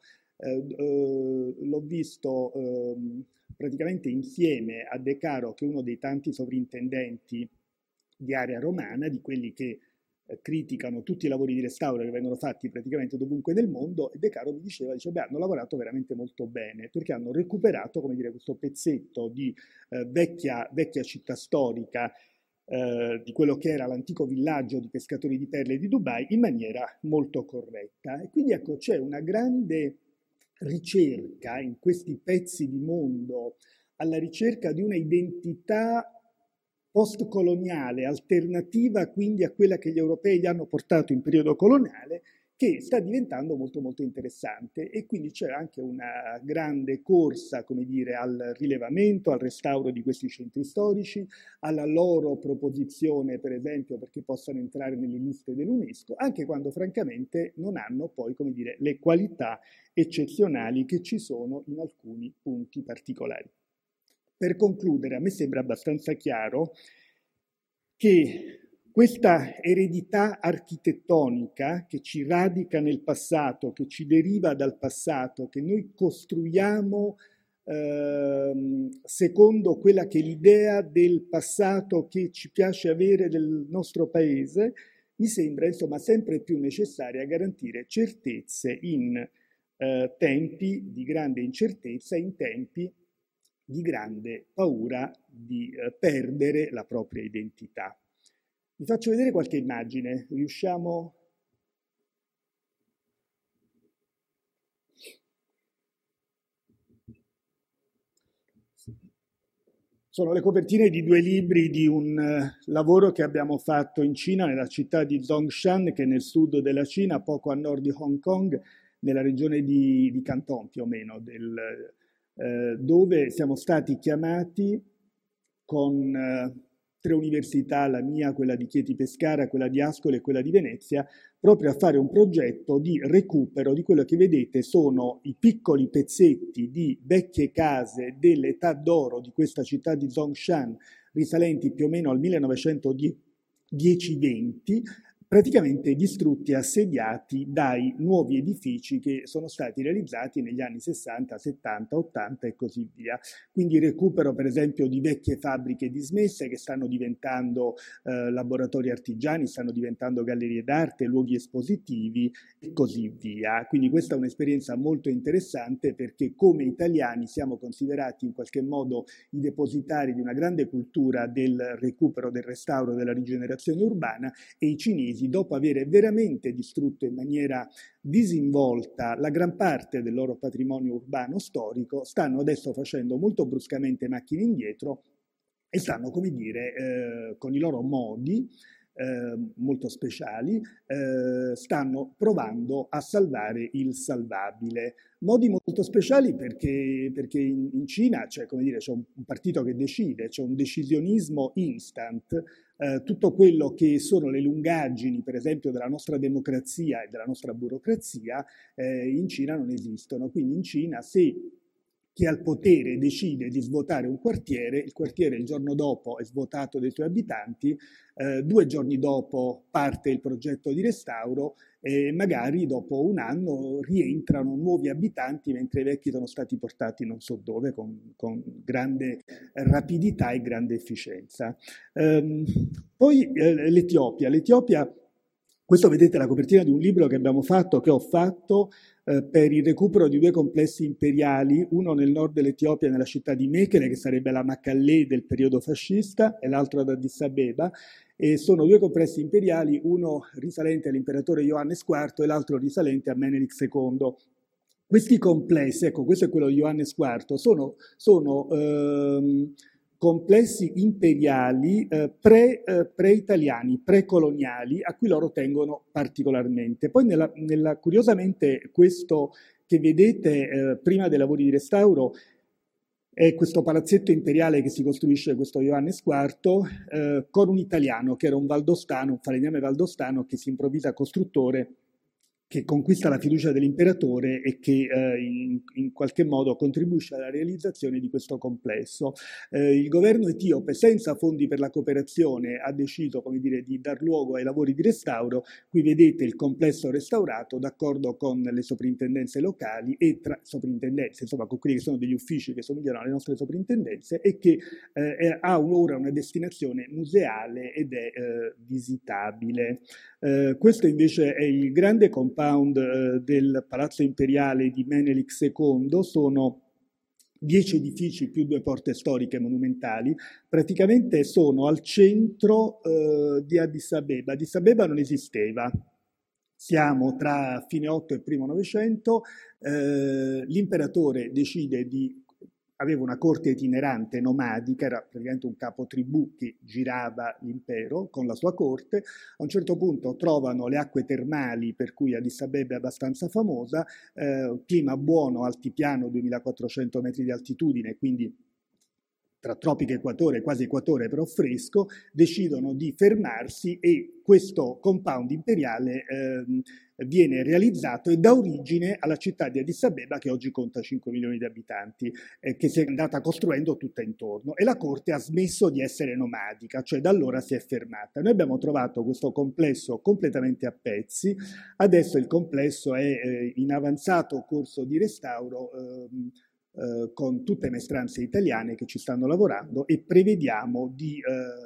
L'ho visto praticamente insieme a De Caro, che è uno dei tanti sovrintendenti di area romana, di quelli che criticano tutti i lavori di restauro che vengono fatti praticamente dovunque nel mondo, e De Caro mi diceva, dice, beh, hanno lavorato veramente molto bene, perché hanno recuperato, come dire, questo pezzetto di vecchia città storica, di quello che era l'antico villaggio di pescatori di perle di Dubai, in maniera molto corretta. E quindi ecco, c'è una grande ricerca in questi pezzi di mondo, alla ricerca di una identità postcoloniale, alternativa quindi a quella che gli europei gli hanno portato in periodo coloniale, che sta diventando molto molto interessante, e quindi c'è anche una grande corsa, come dire, al rilevamento, al restauro di questi centri storici, alla loro proposizione, per esempio, perché possano entrare nelle liste dell'UNESCO, anche quando francamente non hanno poi, come dire, le qualità eccezionali che ci sono in alcuni punti particolari. Per concludere, a me sembra abbastanza chiaro che questa eredità architettonica che ci radica nel passato, che ci deriva dal passato, che noi costruiamo secondo quella che è l'idea del passato che ci piace avere del nostro paese, mi sembra insomma sempre più necessaria a garantire certezze in tempi di grande incertezza, in tempi di grande paura di perdere la propria identità. Vi faccio vedere qualche immagine, riusciamo? Sono le copertine di due libri di un lavoro che abbiamo fatto in Cina, nella città di Zhongshan, che è nel sud della Cina, poco a nord di Hong Kong, nella regione di Canton più o meno, dove siamo stati chiamati con tre università, la mia, quella di Chieti Pescara, quella di Ascoli e quella di Venezia, proprio a fare un progetto di recupero di quello che vedete sono i piccoli pezzetti di vecchie case dell'età d'oro di questa città di Zhongshan, risalenti più o meno al 1910-20, praticamente distrutti e assediati dai nuovi edifici che sono stati realizzati negli anni 60, 70, 80 e così via. Quindi recupero per esempio di vecchie fabbriche dismesse che stanno diventando laboratori artigiani, stanno diventando gallerie d'arte, luoghi espositivi e così via. Quindi questa è un'esperienza molto interessante, perché come italiani siamo considerati in qualche modo i depositari di una grande cultura del recupero, del restauro, della rigenerazione urbana, e i cinesi, dopo aver veramente distrutto in maniera disinvolta la gran parte del loro patrimonio urbano storico, stanno adesso facendo molto bruscamente macchine indietro e stanno, come dire, con i loro modi molto speciali, stanno provando a salvare il salvabile. Modi molto speciali perché in Cina c'è, come dire, c'è un partito che decide, c'è un decisionismo instant. Tutto quello che sono le lungaggini, per esempio, della nostra democrazia e della nostra burocrazia, in Cina non esistono. Quindi in Cina, se chi ha il potere decide di svuotare un quartiere, il quartiere il giorno dopo è svuotato dei suoi abitanti, 2 giorni dopo parte il progetto di restauro e magari dopo un anno rientrano nuovi abitanti mentre i vecchi sono stati portati non so dove con grande rapidità e grande efficienza. Poi l'Etiopia, questo vedete la copertina di un libro che abbiamo fatto, che ho fatto per il recupero di 2 complessi imperiali, uno nel nord dell'Etiopia, nella città di Mekele, che sarebbe la Maccallè del periodo fascista, e l'altro ad Addis Abeba, e sono 2 complessi imperiali, uno risalente all'imperatore Ioannes IV e l'altro risalente a Menelik II. Questi complessi, ecco, questo è quello di Ioannes IV, sono complessi imperiali pre-italiani, pre-coloniali, a cui loro tengono particolarmente. Poi curiosamente questo che vedete prima dei lavori di restauro è questo palazzetto imperiale che si costruisce questo Ioannes IV con un italiano che era un valdostano, un falegname valdostano che si improvvisa costruttore, che conquista la fiducia dell'imperatore e che in qualche modo contribuisce alla realizzazione di questo complesso. Il governo etiope, senza fondi per la cooperazione, ha deciso, come dire, di dar luogo ai lavori di restauro. Qui vedete il complesso restaurato d'accordo con le soprintendenze locali e soprintendenze, insomma, con quelli che sono degli uffici che somigliano alle nostre soprintendenze e che ha ora una destinazione museale ed è visitabile. Questo invece è il grande compound del Palazzo Imperiale di Menelik II, sono 10 edifici più 2 porte storiche monumentali, praticamente sono al centro di Addis Abeba. Addis Abeba non esisteva, siamo tra fine 8 e primo Novecento, l'imperatore decide aveva una corte itinerante nomadica, era praticamente un capotribù che girava l'impero con la sua corte. A un certo punto trovano le acque termali, per cui Addis Abeba è abbastanza famosa, clima buono, altipiano, 2400 metri di altitudine, quindi tra tropico e equatore, quasi equatore però fresco, decidono di fermarsi e questo compound imperiale viene realizzato e dà origine alla città di Addis Abeba che oggi conta 5 milioni di abitanti, che si è andata costruendo tutta intorno e la corte ha smesso di essere nomadica, cioè da allora si è fermata. Noi abbiamo trovato questo complesso completamente a pezzi, adesso il complesso è in avanzato corso di restauro, con tutte le maestranze italiane che ci stanno lavorando e prevediamo di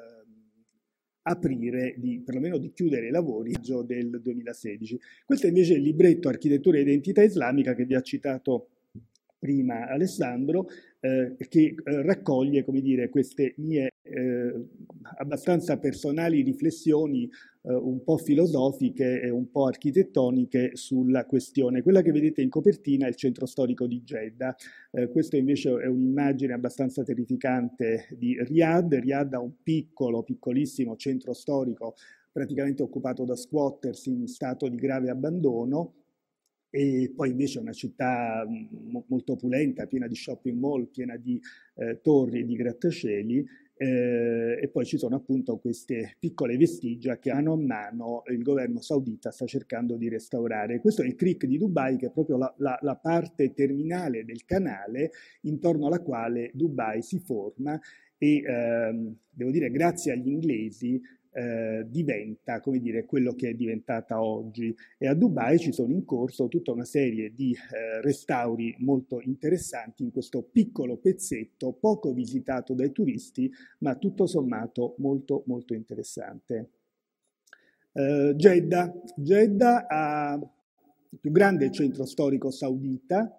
aprire, perlomeno di chiudere i lavori del 2016. Questo invece è il libretto Architettura e Identità Islamica che vi ha citato prima Alessandro, che raccoglie, come dire, queste mie abbastanza personali riflessioni un po' filosofiche e un po' architettoniche sulla questione. Quella che vedete in copertina è il centro storico di Jeddah. Questo invece è un'immagine abbastanza terrificante di Riyadh. Riyadh ha un piccolissimo centro storico praticamente occupato da squatters in stato di grave abbandono. E poi invece è una città molto opulenta, piena di shopping mall, piena di torri e di grattacieli, e poi ci sono appunto queste piccole vestigia che mano a mano il governo saudita sta cercando di restaurare. Questo è il Creek di Dubai, che è proprio la parte terminale del canale intorno alla quale Dubai si forma e devo dire grazie agli inglesi diventa, come dire, quello che è diventata oggi. E a Dubai ci sono in corso tutta una serie di restauri molto interessanti in questo piccolo pezzetto, poco visitato dai turisti, ma tutto sommato molto molto interessante. Jeddah ha il più grande centro storico saudita.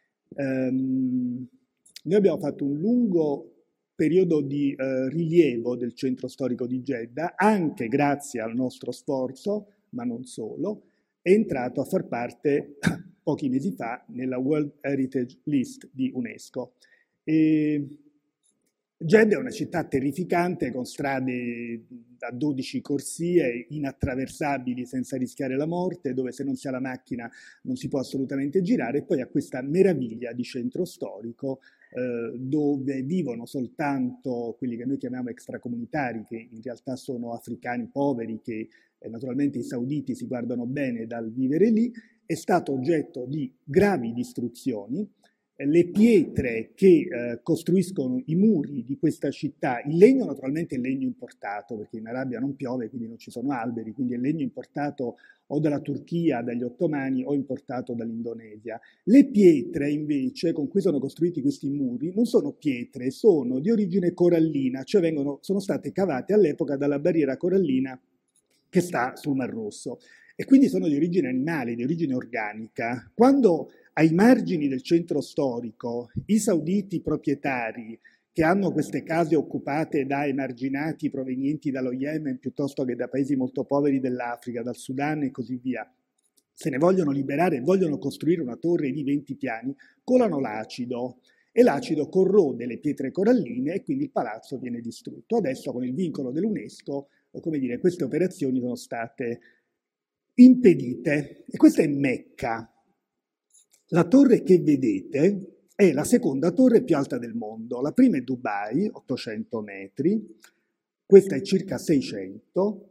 Noi abbiamo fatto un lungo periodo di rilievo del centro storico di Jeddah, anche grazie al nostro sforzo, ma non solo, è entrato a far parte pochi mesi fa nella World Heritage List di UNESCO. Jeddah è una città terrificante con strade da 12 corsie inattraversabili senza rischiare la morte, dove se non si ha la macchina non si può assolutamente girare, e poi ha questa meraviglia di centro storico dove vivono soltanto quelli che noi chiamiamo extracomunitari, che in realtà sono africani poveri, che naturalmente i sauditi si guardano bene dal vivere lì. È stato oggetto di gravi distruzioni. le pietre che costruiscono i muri di questa città, il legno naturalmente è legno importato, perché in Arabia non piove, quindi non ci sono alberi, quindi è legno importato o dalla Turchia, dagli ottomani, o importato dall'Indonesia. Le pietre invece con cui sono costruiti questi muri non sono pietre, sono di origine corallina, cioè sono state cavate all'epoca dalla barriera corallina che sta sul Mar Rosso, e quindi sono di origine animale, di origine organica. Quando ai margini del centro storico i sauditi proprietari, che hanno queste case occupate da emarginati provenienti dallo Yemen piuttosto che da paesi molto poveri dell'Africa, dal Sudan e così via, se ne vogliono liberare e vogliono costruire una torre di 20 piani, colano l'acido, e l'acido corrode le pietre coralline e quindi il palazzo viene distrutto. Adesso con il vincolo dell'UNESCO, come dire, queste operazioni sono state impedite. E questa è Mecca. La torre che vedete è la seconda torre più alta del mondo. La prima è Dubai, 800 metri, questa è circa 600,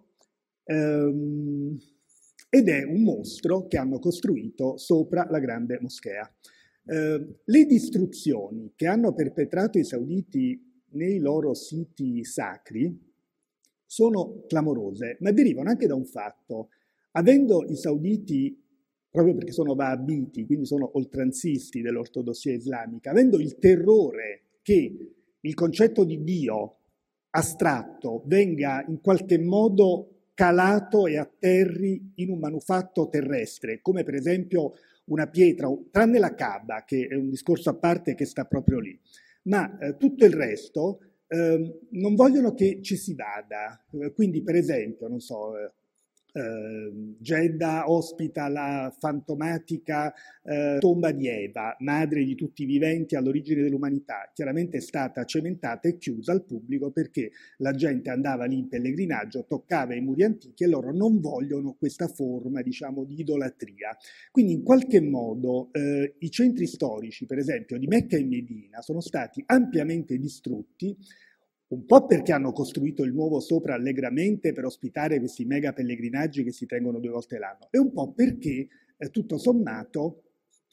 ed è un mostro che hanno costruito sopra la grande moschea. Le distruzioni che hanno perpetrato i sauditi nei loro siti sacri sono clamorose, ma derivano anche da un fatto. Avendo i sauditi, proprio perché sono wahabiti, quindi sono oltranzisti dell'ortodossia islamica, avendo il terrore che il concetto di Dio astratto venga in qualche modo calato e atterri in un manufatto terrestre, come per esempio una pietra, tranne la Kaaba, che è un discorso a parte che sta proprio lì, ma tutto il resto non vogliono che ci si vada. Quindi per esempio, non so, Jeddah ospita la fantomatica tomba di Eva, madre di tutti i viventi all'origine dell'umanità. Chiaramente è stata cementata e chiusa al pubblico perché la gente andava lì in pellegrinaggio, toccava i muri antichi e loro non vogliono questa forma, diciamo, di idolatria. Quindi in qualche modo i centri storici, per esempio di Mecca e Medina, sono stati ampiamente distrutti, un po' perché hanno costruito il nuovo sopra allegramente per ospitare questi mega pellegrinaggi che si tengono 2 volte l'anno, e un po' perché, tutto sommato,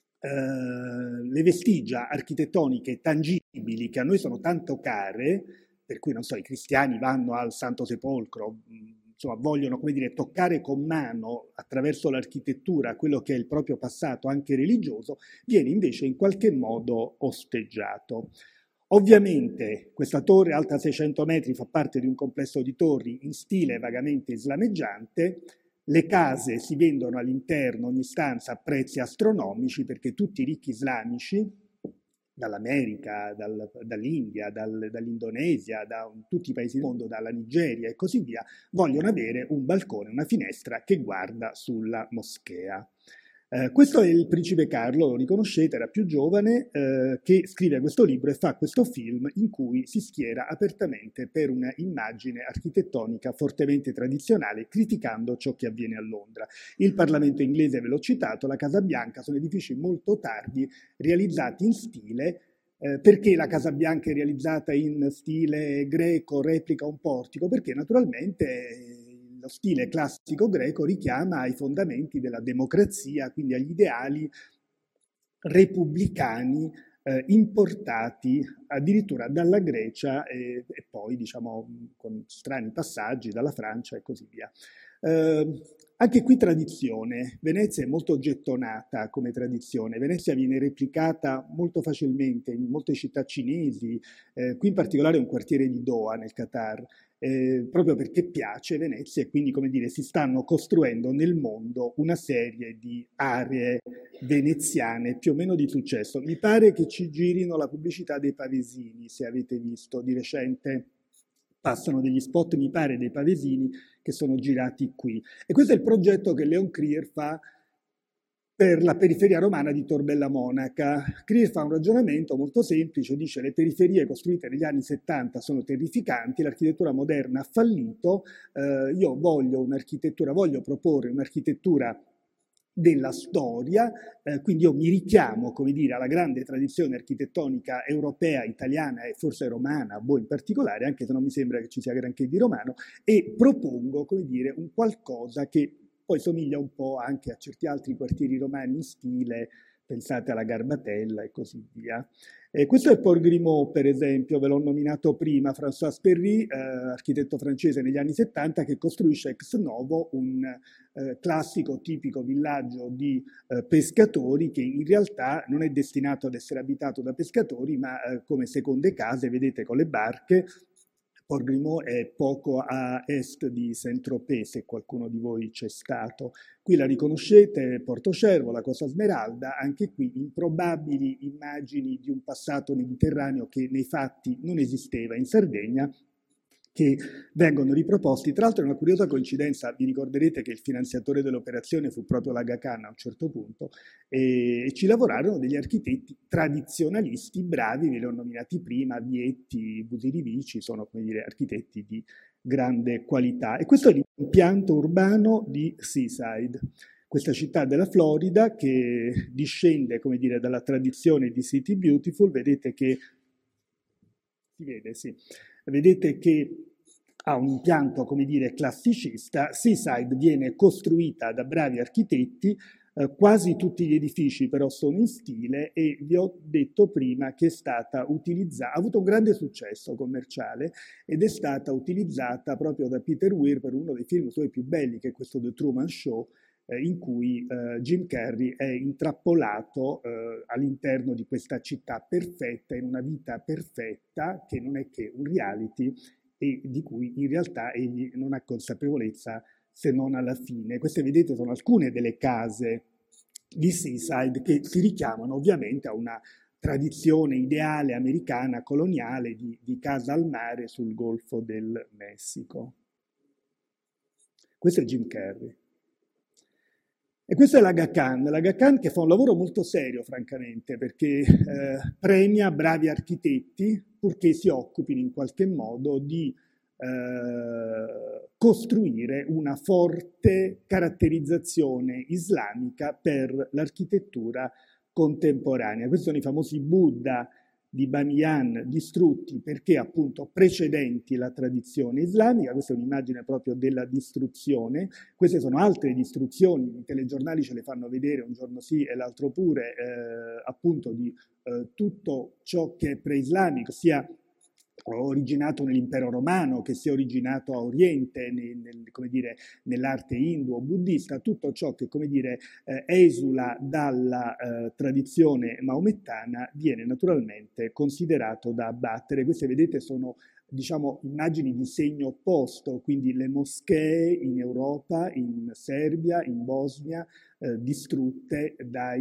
le vestigia architettoniche tangibili che a noi sono tanto care, per cui, non so, i cristiani vanno al Santo Sepolcro, insomma, vogliono, come dire, toccare con mano attraverso l'architettura quello che è il proprio passato anche religioso, viene invece in qualche modo osteggiato. Ovviamente questa torre alta 600 metri fa parte di un complesso di torri in stile vagamente islameggiante. Le case si vendono all'interno, ogni stanza, a prezzi astronomici, perché tutti i ricchi islamici, dall'America, dall'India, dall'Indonesia, da tutti i paesi del mondo, dalla Nigeria e così via, vogliono avere un balcone, una finestra che guarda sulla moschea. Questo è il principe Carlo, lo riconoscete, era più giovane, che scrive questo libro e fa questo film in cui si schiera apertamente per una immagine architettonica fortemente tradizionale, criticando ciò che avviene a Londra. Il Parlamento inglese, ve l'ho citato, la Casa Bianca, sono edifici molto tardi, realizzati in stile. Perché la Casa Bianca è realizzata in stile greco, replica un portico? Perché naturalmente lo stile classico greco richiama ai fondamenti della democrazia, quindi agli ideali repubblicani importati addirittura dalla Grecia e poi, diciamo, con strani passaggi dalla Francia e così via. Anche qui tradizione. Venezia è molto gettonata come tradizione. Venezia viene replicata molto facilmente in molte città cinesi, qui in particolare un quartiere di Doha nel Qatar, proprio perché piace Venezia, e quindi, come dire, si stanno costruendo nel mondo una serie di aree veneziane più o meno di successo. Mi pare che ci girino la pubblicità dei Pavesini, se avete visto, di recente passano degli spot, mi pare, dei Pavesini che sono girati qui. E questo è il progetto che Leon Krier fa per la periferia romana di Tor Bella Monaca. Krier fa un ragionamento molto semplice, dice: le periferie costruite negli anni 70 sono terrificanti, l'architettura moderna ha fallito, io voglio proporre un'architettura della storia, quindi io mi richiamo, come dire, alla grande tradizione architettonica europea, italiana e forse romana, in particolare, anche se non mi sembra che ci sia granché di romano, e propongo, come dire, un qualcosa che poi somiglia un po' anche a certi altri quartieri romani in stile, pensate alla Garbatella e così via. E questo è Paul Grimaud, per esempio, ve l'ho nominato prima, François Perry, architetto francese negli anni 70, che costruisce ex novo un classico, tipico villaggio di pescatori che in realtà non è destinato ad essere abitato da pescatori, ma come seconde case, vedete, con le barche. Port Grimaud è poco a est di Saint-Tropez, se qualcuno di voi c'è stato. Qui la riconoscete, Porto Cervo, la Costa Smeralda, anche qui improbabili immagini di un passato mediterraneo che nei fatti non esisteva in Sardegna, che vengono riproposti. Tra l'altro è una curiosa coincidenza, vi ricorderete che il finanziatore dell'operazione fu proprio l'Aga Khan a un certo punto, e ci lavorarono degli architetti tradizionalisti bravi, ve li ho nominati prima, Vietti, Busirivici, sono, come dire, architetti di grande qualità. E questo è l'impianto urbano di Seaside, questa città della Florida che discende, come dire, dalla tradizione di City Beautiful. Vedete che si vede, sì. Vedete che ha un impianto, come dire, classicista. Seaside viene costruita da bravi architetti, quasi tutti gli edifici però sono in stile, e vi ho detto prima che è stata utilizzata, ha avuto un grande successo commerciale ed è stata utilizzata proprio da Peter Weir per uno dei film suoi più belli, che è questo The Truman Show, in cui Jim Carrey è intrappolato all'interno di questa città perfetta, in una vita perfetta, che non è che un reality e di cui in realtà egli non ha consapevolezza se non alla fine. Queste, vedete, sono alcune delle case di Seaside che si richiamano ovviamente a una tradizione ideale americana coloniale di casa al mare sul Golfo del Messico. Questo è Jim Carrey. E questa è l'Aga Khan che fa un lavoro molto serio, francamente, perché premia bravi architetti purché si occupino in qualche modo di costruire una forte caratterizzazione islamica per l'architettura contemporanea. Questi sono i famosi Buddha di Bamiyan distrutti perché appunto precedenti la tradizione islamica. Questa è un'immagine proprio della distruzione. Queste sono altre distruzioni, i telegiornali ce le fanno vedere un giorno sì e l'altro pure, appunto di tutto ciò che è preislamico, sia originato nell'impero romano, che sia originato a Oriente, come dire, nell'arte indo o buddista, tutto ciò che, come dire, esula dalla tradizione maomettana viene naturalmente considerato da abbattere. Queste, vedete, sono, diciamo, immagini di segno opposto, quindi le moschee in Europa, in Serbia, in Bosnia, distrutte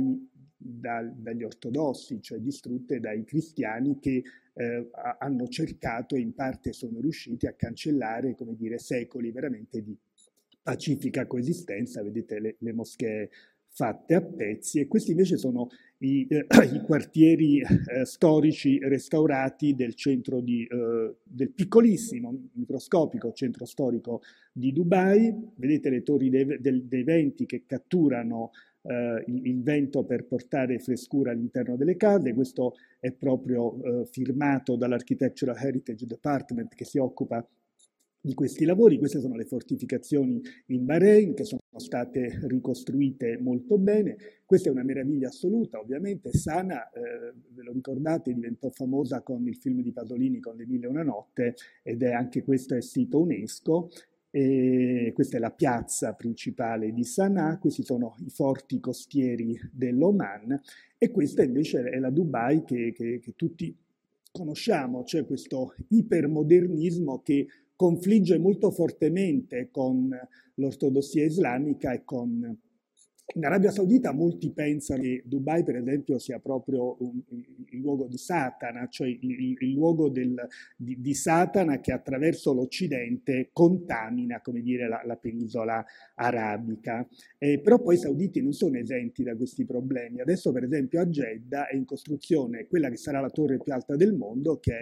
dagli ortodossi, cioè distrutte dai cristiani che hanno cercato e in parte sono riusciti a cancellare, come dire, secoli veramente di pacifica coesistenza. Vedete le moschee fatte a pezzi, e questi invece sono i quartieri storici restaurati del centro del piccolissimo, microscopico centro storico di Dubai. Vedete le torri dei venti che catturano il vento per portare frescura all'interno delle case. Questo è proprio firmato dall'Architectural Heritage Department che si occupa di questi lavori. Queste sono le fortificazioni in Bahrain che sono state ricostruite molto bene. Questa è una meraviglia assoluta, ovviamente. Sana'a, ve lo ricordate, diventò famosa con il film di Pasolini, con Le Mille e una notte, ed è anche questo è sito UNESCO. E questa è la piazza principale di Sana'a, questi sono i forti costieri dell'Oman, e questa invece è la Dubai che tutti conosciamo, cioè questo ipermodernismo che confligge molto fortemente con l'ortodossia islamica e con... In Arabia Saudita molti pensano che Dubai, per esempio, sia proprio il luogo di Satana, cioè il luogo di Satana che attraverso l'Occidente contamina, come dire, la penisola arabica. Però poi i sauditi non sono esenti da questi problemi. Adesso, per esempio, a Jeddah è in costruzione quella che sarà la torre più alta del mondo, che è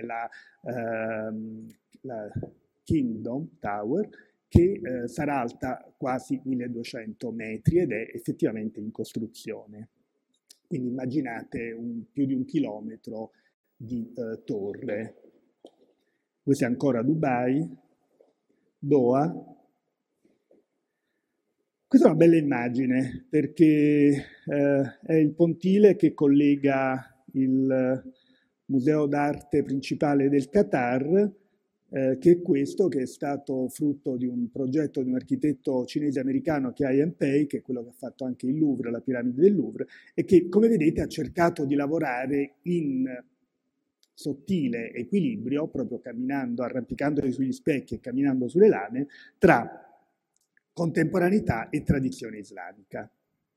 la Kingdom Tower, che sarà alta quasi 1200 metri ed è effettivamente in costruzione. Quindi immaginate più di 1 chilometro di torre. Questa è ancora Dubai, Doha. Questa è una bella immagine perché è il pontile che collega il museo d'arte principale del Qatar, che è questo, che è stato frutto di un progetto di un architetto cinese-americano che è Ian Pei, che è quello che ha fatto anche il Louvre, la piramide del Louvre, e che, come vedete, ha cercato di lavorare in sottile equilibrio, proprio camminando, arrampicandosi sugli specchi e camminando sulle lame, tra contemporaneità e tradizione islamica.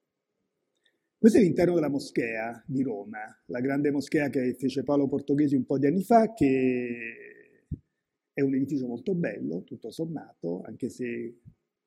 Questo è l'interno della moschea di Roma, la grande moschea che fece Paolo Portoghesi un po' di anni fa, che è un edificio molto bello, tutto sommato, anche se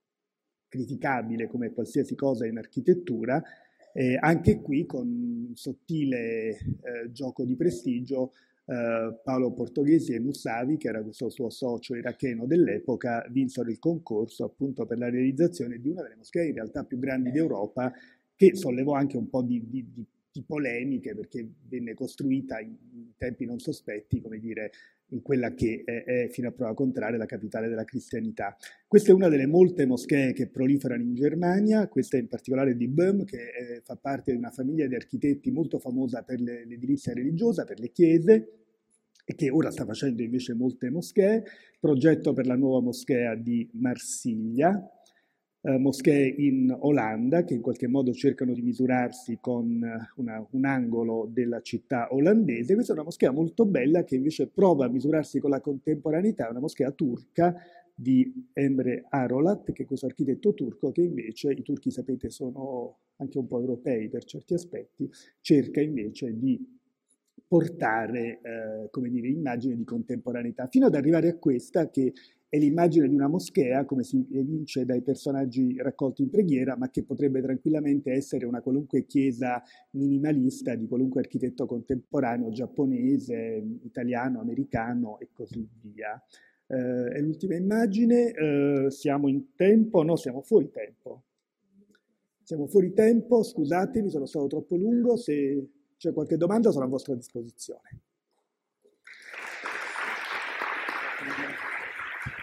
criticabile come qualsiasi cosa in architettura, anche qui con un sottile gioco di prestigio. Paolo Portoghesi e Moussavi, che era questo suo socio iracheno dell'epoca, vinsero il concorso appunto per la realizzazione di una delle moschee in realtà più grandi d'Europa, che sollevò anche un po' di polemiche perché venne costruita in tempi non sospetti, come dire, in quella che è fino a prova contraria la capitale della cristianità. Questa è una delle molte moschee che proliferano in Germania, questa in particolare di Böhm, che fa parte di una famiglia di architetti molto famosa per l'edilizia religiosa, per le chiese, e che ora sta facendo invece molte moschee. Progetto per la nuova moschea di Marsiglia, moschee in Olanda che in qualche modo cercano di misurarsi con un angolo della città olandese. Questa è una moschea molto bella che invece prova a misurarsi con la contemporaneità, una moschea turca di Emre Arolat, che è questo architetto turco che invece, i turchi sapete sono anche un po' europei per certi aspetti, cerca invece di portare, come dire, immagini di contemporaneità, fino ad arrivare a questa che è l'immagine di una moschea, come si evince dai personaggi raccolti in preghiera, ma che potrebbe tranquillamente essere una qualunque chiesa minimalista di qualunque architetto contemporaneo, giapponese, italiano, americano e così via. È l'ultima immagine, siamo in tempo? No, siamo fuori tempo. Siamo fuori tempo, scusatemi, sono stato troppo lungo, se c'è qualche domanda sono a vostra disposizione.